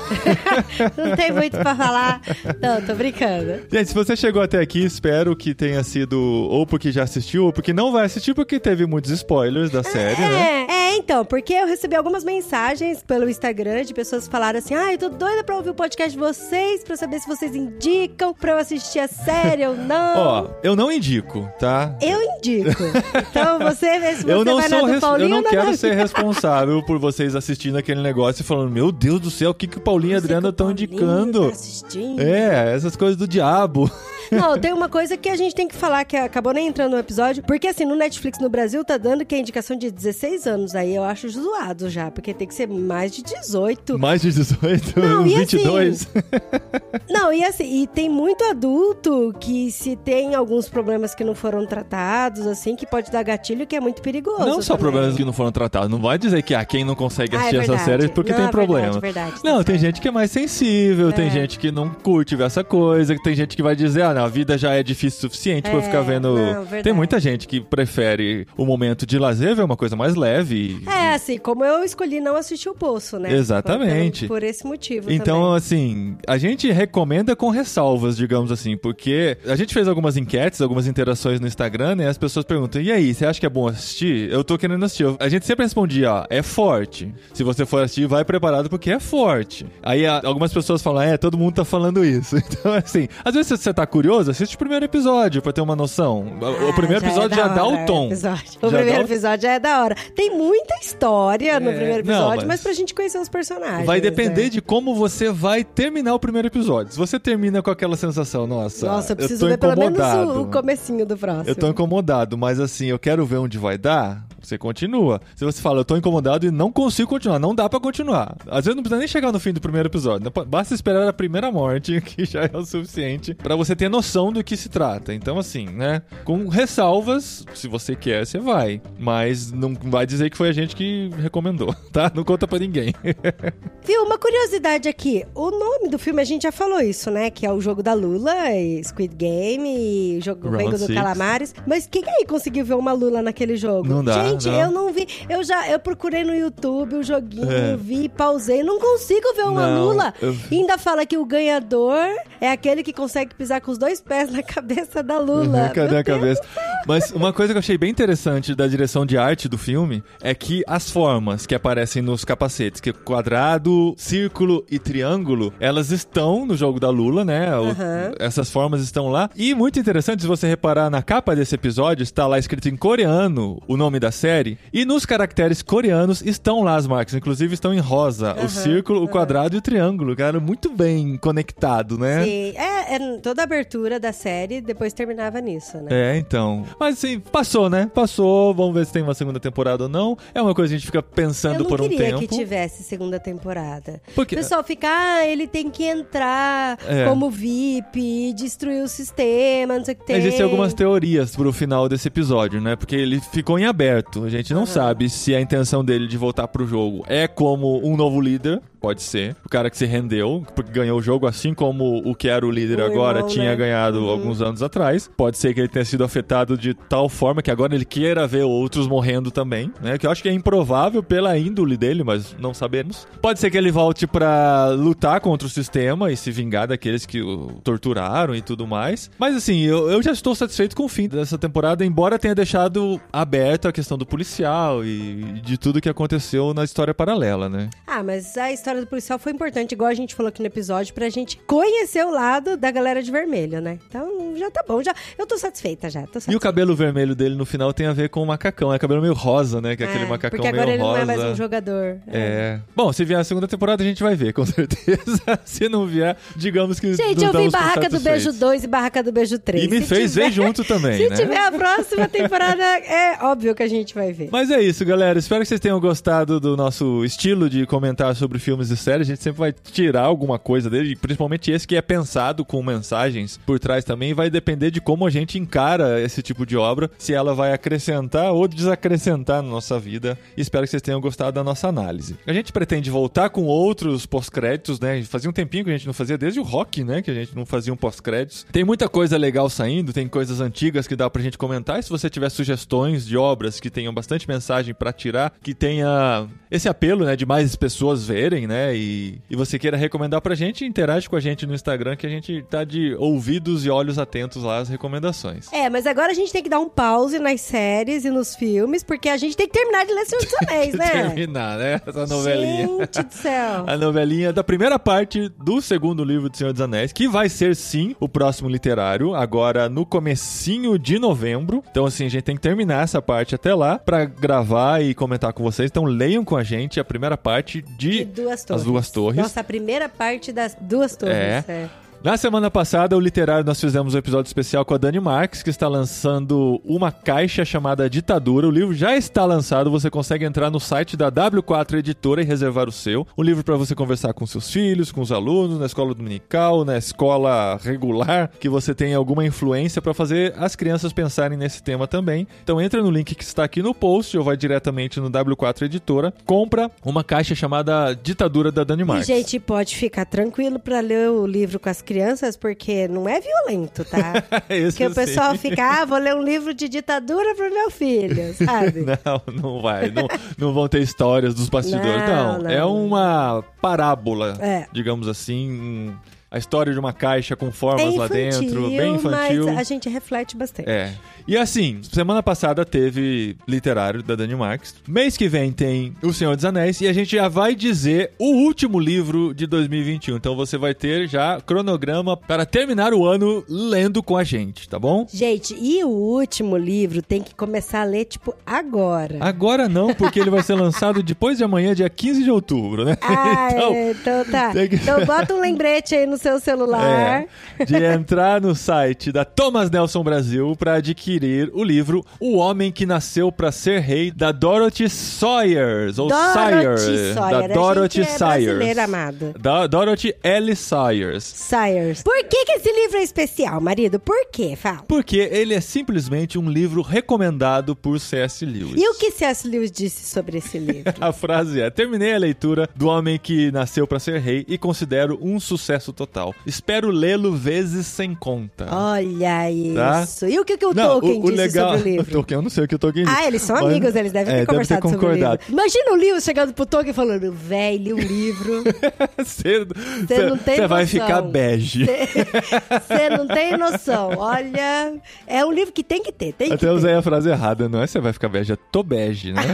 Não tem muito pra falar. Não, tô brincando. Gente, se você chegou até aqui, espero que tenha sido ou porque já assistiu, ou porque não vai assistir, porque teve muitos spoilers da série, é, né? É, então, porque eu recebi algumas mensagens pelo Instagram de pessoas que falaram assim: ah, eu tô doida pra ouvir o podcast de vocês, pra saber se vocês indicam pra eu assistir a série ou não. Ó, eu não indico, tá? Eu indico. Então você vê se você eu não vai sou na do res... Paulinho Eu não ou na quero da... ser responsável por vocês assistindo aquele negócio e falando: meu Deus do céu, o que que o Paulinho e a Adriana estão indicando? Tá assistindo. É, essas coisas do diabo. Não, tem uma coisa que a gente tem que falar que acabou nem entrando no episódio, porque assim, no Netflix no Brasil tá dando que a indicação de dezesseis anos aí, eu acho zoado já, porque tem que ser mais de dezoito. Mais de dezoito? Não, e vinte e dois? Assim, não, e assim, e tem muito adulto que se tem alguns problemas que não foram tratados, assim, que pode dar gatilho, que é muito perigoso. Não só também. problemas que não foram tratados, não vai dizer que ah, quem não consegue assistir ah, é essa série porque não, tem é problema. Verdade, verdade, não, tá tem certo. gente que é mais sensível, É. tem gente que não curte ver essa coisa, tem gente que vai dizer, ah, não, a vida já é difícil o suficiente pra eu É, ficar vendo... não, verdade. Tem muita gente que prefere o momento de lazer ver uma coisa mais leve. É, assim, como eu escolhi não assistir o Poço, né? Exatamente. Por, por esse motivo Então, também. assim, a gente recomenda com ressalvas, digamos assim, porque a gente fez algumas enquetes, algumas interações no Instagram, né? E as pessoas perguntam, e aí, você acha que é bom assistir? Eu tô querendo assistir. A gente sempre respondia, ó, é forte. Se você for assistir, vai preparado porque é forte. Aí a, algumas pessoas falam, é, todo mundo tá falando isso. Então, assim, às vezes você tá curioso, assiste o primeiro episódio pra ter uma noção. O Ah, primeiro já episódio é já da dá hora, o tom. Episódio. O Já primeiro dá o- episódio já é da hora. Tem muita história no É, primeiro não, episódio, mas- mas pra gente conhecer os personagens. Vai depender né? de como você vai terminar o primeiro episódio. Se você termina com aquela sensação, nossa, Nossa, eu preciso tô ver pelo menos incomodado. o, o comecinho do próximo. Eu tô incomodado, mas assim, eu quero ver onde vai dar, você continua. Se você fala, eu tô incomodado e não consigo continuar, não dá pra continuar. Às vezes não precisa nem chegar no fim do primeiro episódio, basta esperar a primeira morte, que já é o suficiente pra você ter noção do que se trata. Então assim, né, com ressalvas, se você quer, você vai. Mas não vai dizer que foi a gente que recomendou, tá? Não conta pra ninguém. Viu, uma curiosidade aqui. O nome do filme, a gente já falou isso, né? Que é o Jogo da Lula, e Squid Game, e o jogo Round Reino do Six. Calamares. Mas quem aí conseguiu ver uma Lula naquele jogo? Não dá. Gente, não. eu não vi. Eu já eu procurei no YouTube o joguinho, É. vi, pausei. Não consigo ver uma Não, Lula. eu- E ainda fala que o ganhador é aquele que consegue pisar com os dois pés na cabeça da Lula. Cadê Meu a cabeça? Mas uma coisa que eu achei bem interessante da direção de arte do filme é que as formas que aparecem nos capacetes, que é quadrado, círculo e triângulo, elas estão no jogo da Lula, né? O- Aham. Essas formas estão lá. E muito interessante, se você reparar na capa desse episódio, está lá escrito em coreano o nome da série. E nos caracteres coreanos estão lá as marcas. Inclusive estão em rosa. O círculo, o quadrado e o triângulo. Cara, muito bem conectado, né? Sim, é, é toda a abertura da série depois terminava nisso, né? É, então. Mas assim, passou, né? Passou. Vamos ver se tem uma segunda temporada ou não. É uma coisa que a gente fica pensando Eu não por um queria tempo. que tivesse segunda temporada. Porque- O pessoal fica, ah, ele tem que entrar É. como V I P, destruir o sistema, não sei o que tem. Existem algumas teorias pro final desse episódio, né? Porque ele ficou em aberto. A gente não sabe se a intenção dele de voltar pro jogo é como um novo líder. Pode ser. O cara que se rendeu, porque ganhou o jogo, assim como o que era o líder O agora irmão, tinha né? ganhado Uhum. alguns anos atrás. Pode ser que ele tenha sido afetado de tal forma que agora ele queira ver outros morrendo também, né? Que eu acho que é improvável pela índole dele, mas não sabemos. Pode ser que ele volte pra lutar contra o sistema e se vingar daqueles que o torturaram e tudo mais. Mas assim, eu, eu já estou satisfeito com o fim dessa temporada, embora tenha deixado aberto a questão do policial e de tudo que aconteceu na história paralela, né? Ah, mas a história do policial foi importante, igual a gente falou aqui no episódio, pra gente conhecer o lado da galera de vermelho, né? Então já tá bom, já, eu tô satisfeita já, tô satisfeita. E o cabelo vermelho dele no final tem a ver com o macacão. É cabelo meio rosa, né? Que é aquele É, macacão porque agora meio ele rosa. não é mais um jogador. É. Bom, se vier a segunda temporada, a gente vai ver, com certeza. Se não vier, digamos que Gente, nos eu vi damos por Barraca do Beijo satisfeitos. dois e Barraca do Beijo três. E me Se fez tiver- ver junto também, Se né? tiver a próxima temporada, é óbvio que a gente vai ver. Mas é isso, galera. Espero que vocês tenham gostado do nosso estilo de comentar sobre filmes e séries. A gente sempre vai tirar alguma coisa dele, principalmente esse que é pensado com mensagens por trás também. Vai depender de como a gente encara esse tipo de obra, se ela vai acrescentar ou desacrescentar na nossa vida. Espero que vocês tenham gostado da nossa análise. A gente pretende voltar com outros pós-créditos, né? Fazia um tempinho que a gente não fazia, desde o Rock, né? Que a gente não fazia um pós-créditos. Tem muita coisa legal saindo, tem coisas antigas que dá pra gente comentar. E se você tiver sugestões de obras que tenham bastante mensagem pra tirar, que tenha esse apelo, né? De mais pessoas verem, né? E, e você queira recomendar pra gente, interage com a gente no Instagram, que a gente tá de ouvidos e olhos atentos lá às recomendações. É, mas agora a gente tem que dar um pause nas séries e nos filmes, porque a gente tem que terminar de ler Senhor dos Anéis, né? Terminar, né? Essa novelinha. Gente do céu. A novelinha da primeira parte do segundo livro do Senhor dos Anéis, que vai ser, sim, o próximo literário, agora no comecinho de novembro. Então, assim, a gente tem que terminar essa parte até lá pra gravar e comentar com vocês. Então, leiam com a gente a primeira parte de, De Duas Torres. As Duas Torres. Nossa, a primeira parte das Duas Torres. É. é. Na semana passada, o Literário, nós fizemos um episódio especial com a Dani Marques, que está lançando uma caixa chamada Ditadura. O livro já está lançado, você consegue entrar no site da W quatro Editora e reservar o seu. Um livro para você conversar com seus filhos, com os alunos, na escola dominical, na escola regular, que você tenha alguma influência para fazer as crianças pensarem nesse tema também. Então entra no link que está aqui no post ou vai diretamente no W quatro Editora, compra uma caixa chamada Ditadura da Dani E, Marques. gente, pode ficar tranquilo pra ler o livro com as crianças, porque não é violento, tá? Esse Porque eu o pessoal sei. fica, ah, vou ler um livro de ditadura pro meu filho, sabe? Não, não vai. Não, não vão ter histórias dos bastidores. Não, Não, não. é uma parábola, É. digamos assim. A história de uma caixa com É formas lá infantil, dentro, bem infantil. mas a gente reflete bastante. É. E assim, semana passada teve Literário da Dani Marques. Mês que vem tem O Senhor dos Anéis e a gente já vai dizer o último livro de dois mil e vinte e um. Então você vai ter já cronograma para terminar o ano lendo com a gente, tá bom? Gente, e o último livro tem que começar a ler, tipo, agora. Agora não, porque ele vai ser lançado depois de amanhã, dia quinze de outubro, né? Ah, é, então tá. tem que- Então bota um lembrete aí no seu celular. É, de entrar no site da Thomas Nelson Brasil para adquirir o livro O Homem que Nasceu para Ser Rei, da Dorothy Sayers, ou Dorothy Sayers, Sawyer. da Dorothy a gente é brasileira, Sayers. amado. Da Dorothy L. Sayers. Sayers. Por que que esse livro é especial, marido? Por quê? Fala. Porque ele é simplesmente um livro recomendado por C S. Lewis. E o que C S. Lewis disse sobre esse livro? A frase é: terminei a leitura do Homem que Nasceu para Ser Rei e considero um sucesso total. total. Espero lê-lo vezes sem conta. Olha Tá? isso. E o que, que o Não, Tolkien o, o disse legal... sobre o livro? O Tolkien, eu não sei o que o Tolkien disse. Ah, eles são mas- amigos, eles devem ter é, conversado deve ter sobre o livro. concordado. Imagina o Lewis chegando pro Tolkien falando, véi, li um livro. Você não tem Você vai noção. ficar bege. Você não tem noção. Olha, é um livro que tem que ter, tem Até que usei ter. a frase errada, não é você vai ficar bege, é tô bege, né?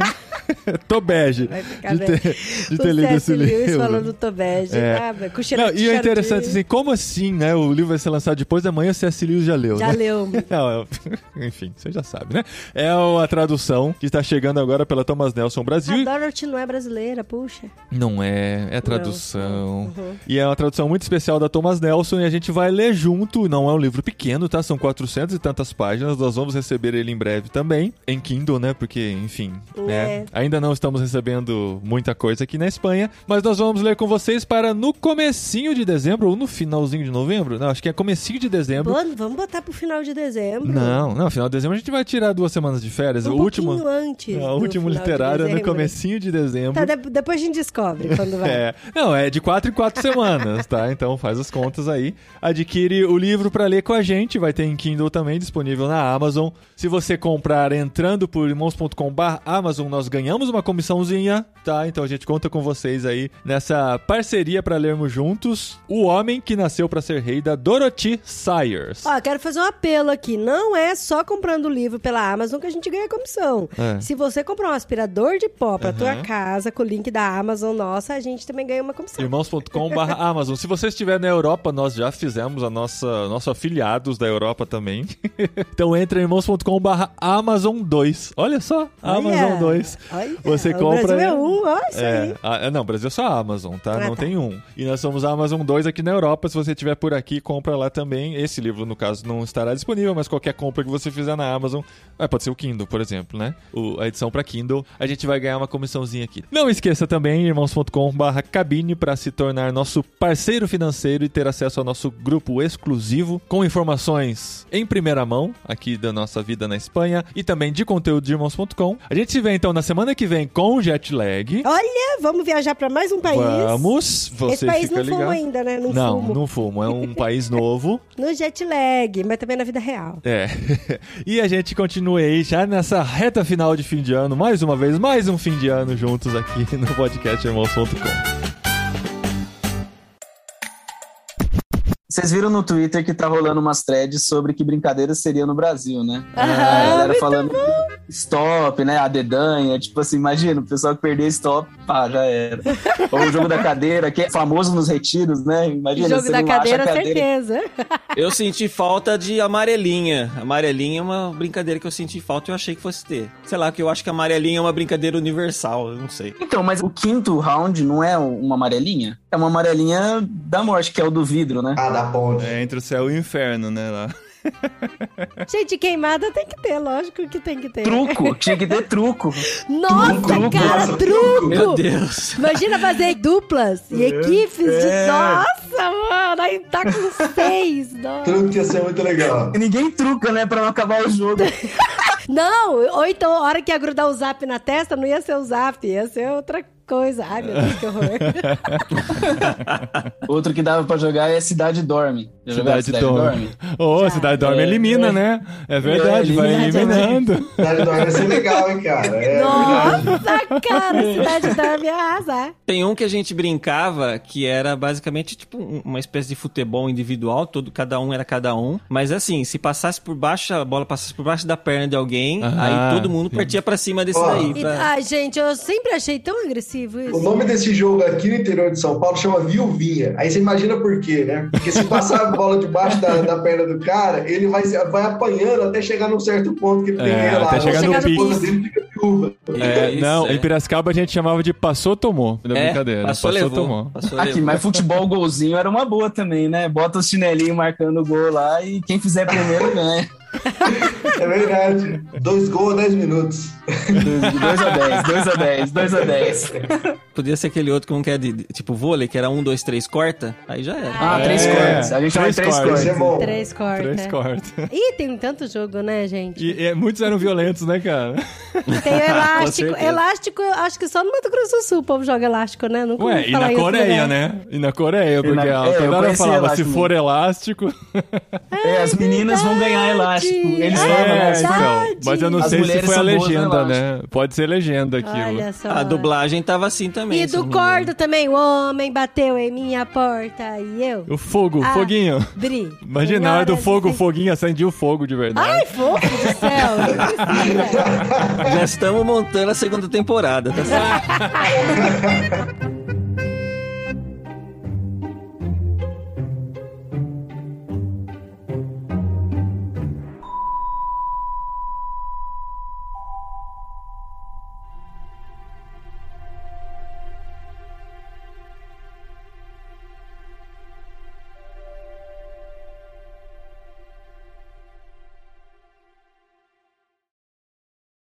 tô bege. Vai ficar De bem. ter, de ter O lido C S esse Lewis livro. falando Tobege. É. Ah, com Não, cheiro de e o interessante, jardim. assim, como assim, né? O livro vai ser lançado depois da manhã, o C S Lewis já leu, Já né? leu. Não, é- enfim, você já sabe, né? É a tradução que está chegando agora pela Thomas Nelson Brasil. A Dorothy não é brasileira, puxa. Não é, é tradução. Uhum. E é uma tradução muito especial da Thomas Nelson e a gente vai ler junto. Não é um livro pequeno, tá? São quatrocentas e tantas páginas. Nós vamos receber ele em breve também, em Kindle, né? Porque, enfim, né? É. Ainda não estamos recebendo muita coisa aqui na Espanha, mas nós vamos ler com vocês para no comecinho de dezembro ou no finalzinho de novembro. Não, acho que é comecinho de dezembro. Bom, vamos botar pro final de dezembro. Não, não, final de dezembro a gente vai tirar duas semanas de férias. Um o último, pouquinho antes. o do último final de literário é no dezembro. comecinho de dezembro. Tá, de- depois a gente descobre quando vai. É. Não, é de quatro em quatro semanas, tá? Então faz as contas aí. Adquire o livro pra ler com a gente, vai ter em Kindle também, disponível na Amazon. Se você comprar entrando por irmãos ponto com barra Amazon, nós ganhamos uma comissãozinha, tá? Então a gente conta com vocês aí nessa parceria pra lermos juntos O Homem que Nasceu Pra Ser Rei, da Dorothy Sayers. Ó, quero fazer um apelo aqui. Não é só comprando o livro pela Amazon que a gente ganha comissão. É. Se você comprar um aspirador de pó pra Aham. tua casa com o link da Amazon nossa, a gente também ganha uma comissão. irmãos ponto com barra Amazon. Se você estiver na Europa, nós já fizemos a nossa nosso afiliados da Europa também. Então entra em irmãos ponto com barra Amazon dois. Olha só, Olha, Amazon dois. olha, Você o compra... Brasil é um, ó, isso É, aí. ah, não, Brasil é só Amazon, tá? Ah, não tá. tem um. E nós somos a Amazon dois aqui na Europa. Se você estiver por aqui, compra lá também. Esse livro, no caso, não estará disponível, mas qualquer compra que você fizer na Amazon, ah, pode ser o Kindle, por exemplo, né? O, a edição pra Kindle, a gente vai ganhar uma comissãozinha aqui. Não esqueça também, irmãos ponto com barra cabine, para se tornar nosso parceiro financeiro e ter acesso ao nosso grupo exclusivo, com informações em primeira mão, aqui da nossa vida na Espanha, e também de conteúdo de irmãos ponto com. A gente se vê, então, na semana que vem com o jet lag. Olha, vamos viajar pra mais um país. Vamos, você Esse país fica não ligado. fumo ainda, né? Não, Não, fumo. não fumo. É um país novo. No jet lag, mas também na vida real. É. E a gente continua aí já nessa reta final de fim de ano. Mais uma vez, mais um fim de ano juntos aqui no podcast irmãos ponto com. Vocês viram no Twitter que tá rolando umas threads sobre que brincadeiras seriam no Brasil, né? Aham, a galera muito falando stop, né? A dedanha, tipo assim, imagina, o pessoal que perder stop, pá, já era. Ou o jogo da cadeira, que é famoso nos retiros, né? Imagina, Jogo você da não acha a cadeira, cadeira. certeza. Eu senti falta de amarelinha. Amarelinha é uma brincadeira que eu senti falta e eu achei que fosse ter. Sei lá, que eu acho que a amarelinha é uma brincadeira universal, eu não sei. Então, mas o quinto round não é uma amarelinha? É uma amarelinha da morte, que é o do vidro, né? Ah, da ponte. É entre o céu e o inferno, né? Lá. Gente, queimada tem que ter, lógico que tem que ter. Truco, tinha que ter truco. Nossa, Truco, cara, nossa, truco! Meu Deus. Imagina fazer duplas e equipes de... Nossa, mano, aí tá com seis. Nossa. Truque ia ser muito legal. E ninguém truca, né, pra não acabar o jogo. Não, ou então a hora que ia grudar o zap na testa, não ia ser o zap, ia ser outra coisa. Ai, meu Deus, que horror. Outro que dava pra jogar é Cidade Dorme. Já jogaram Cidade Dorme. Ô, Já. Cidade Dorme É, elimina, é. né? É verdade, É, vai elimina, eliminando. Cidade Dorme ia ser legal, hein, cara? É verdade. Nossa, cara, Cidade Dorme ia arrasar. Tem um que a gente brincava que era basicamente tipo um- uma espécie de futebol individual, todo, cada um era cada um. Mas assim, se passasse por baixo, a bola passasse por baixo da perna de alguém, Ah, aí todo mundo sim. partia pra cima desse Ó. daí. E, pra- ai, gente, eu sempre achei tão agressivo isso. O nome desse jogo aqui no interior de São Paulo chama Viuvinha. Aí você imagina por quê, né? Porque se passar a bola debaixo da, da perna do cara, ele vai, vai apanhando até chegar num certo ponto que ele tem É, que ir lá. até chegar no A esposa pique. dele fica viúva. É, Isso, não, é. em Piracicaba a gente chamava de passou, tomou. Não é É, brincadeira. passou, levou. tomou. Passou, Aqui, levou. mas futebol golzinho era uma boa também, né? Bota os chinelinhos marcando o gol lá e quem fizer primeiro ganha. É verdade. Dois gols, dez minutos. dois a dez, dois a dez, dois a dez. Podia ser aquele outro como que é de, de- tipo vôlei, que era um, dois, três, corta. Aí já era. Ah, três É, cortes. A gente chama de três três cortes. Esse é cortes. bom. Três cortes. Três cortes. Ih, tem tanto jogo, né, gente? E, e muitos eram violentos, né, cara? Tem o elástico. certeza. Elástico, eu acho que só no Mato Grosso do Sul o povo joga elástico, né? Nunca Ué, ouvi e falar na em outro Coreia, lugar. né? E na Coreia, porque na- a é, eu Tandara conheci falava, se elástico for elástico... É, as meninas vão ganhar elástico. Eles falam, É, né? então. Mas eu não As sei se mulheres foi a são boas no legenda, né? Pode ser legenda aquilo. Olha só. A dublagem tava assim também. E se eu do não me engano. cordo também. O homem bateu em minha porta e eu... O fogo, Ah, foguinho. Bri. Imagina, na hora do Senhoras e fogo, o sen- foguinho acendia o fogo de verdade. Ai, fofo do céu. Não precisa. Já estamos montando a segunda temporada, tá certo?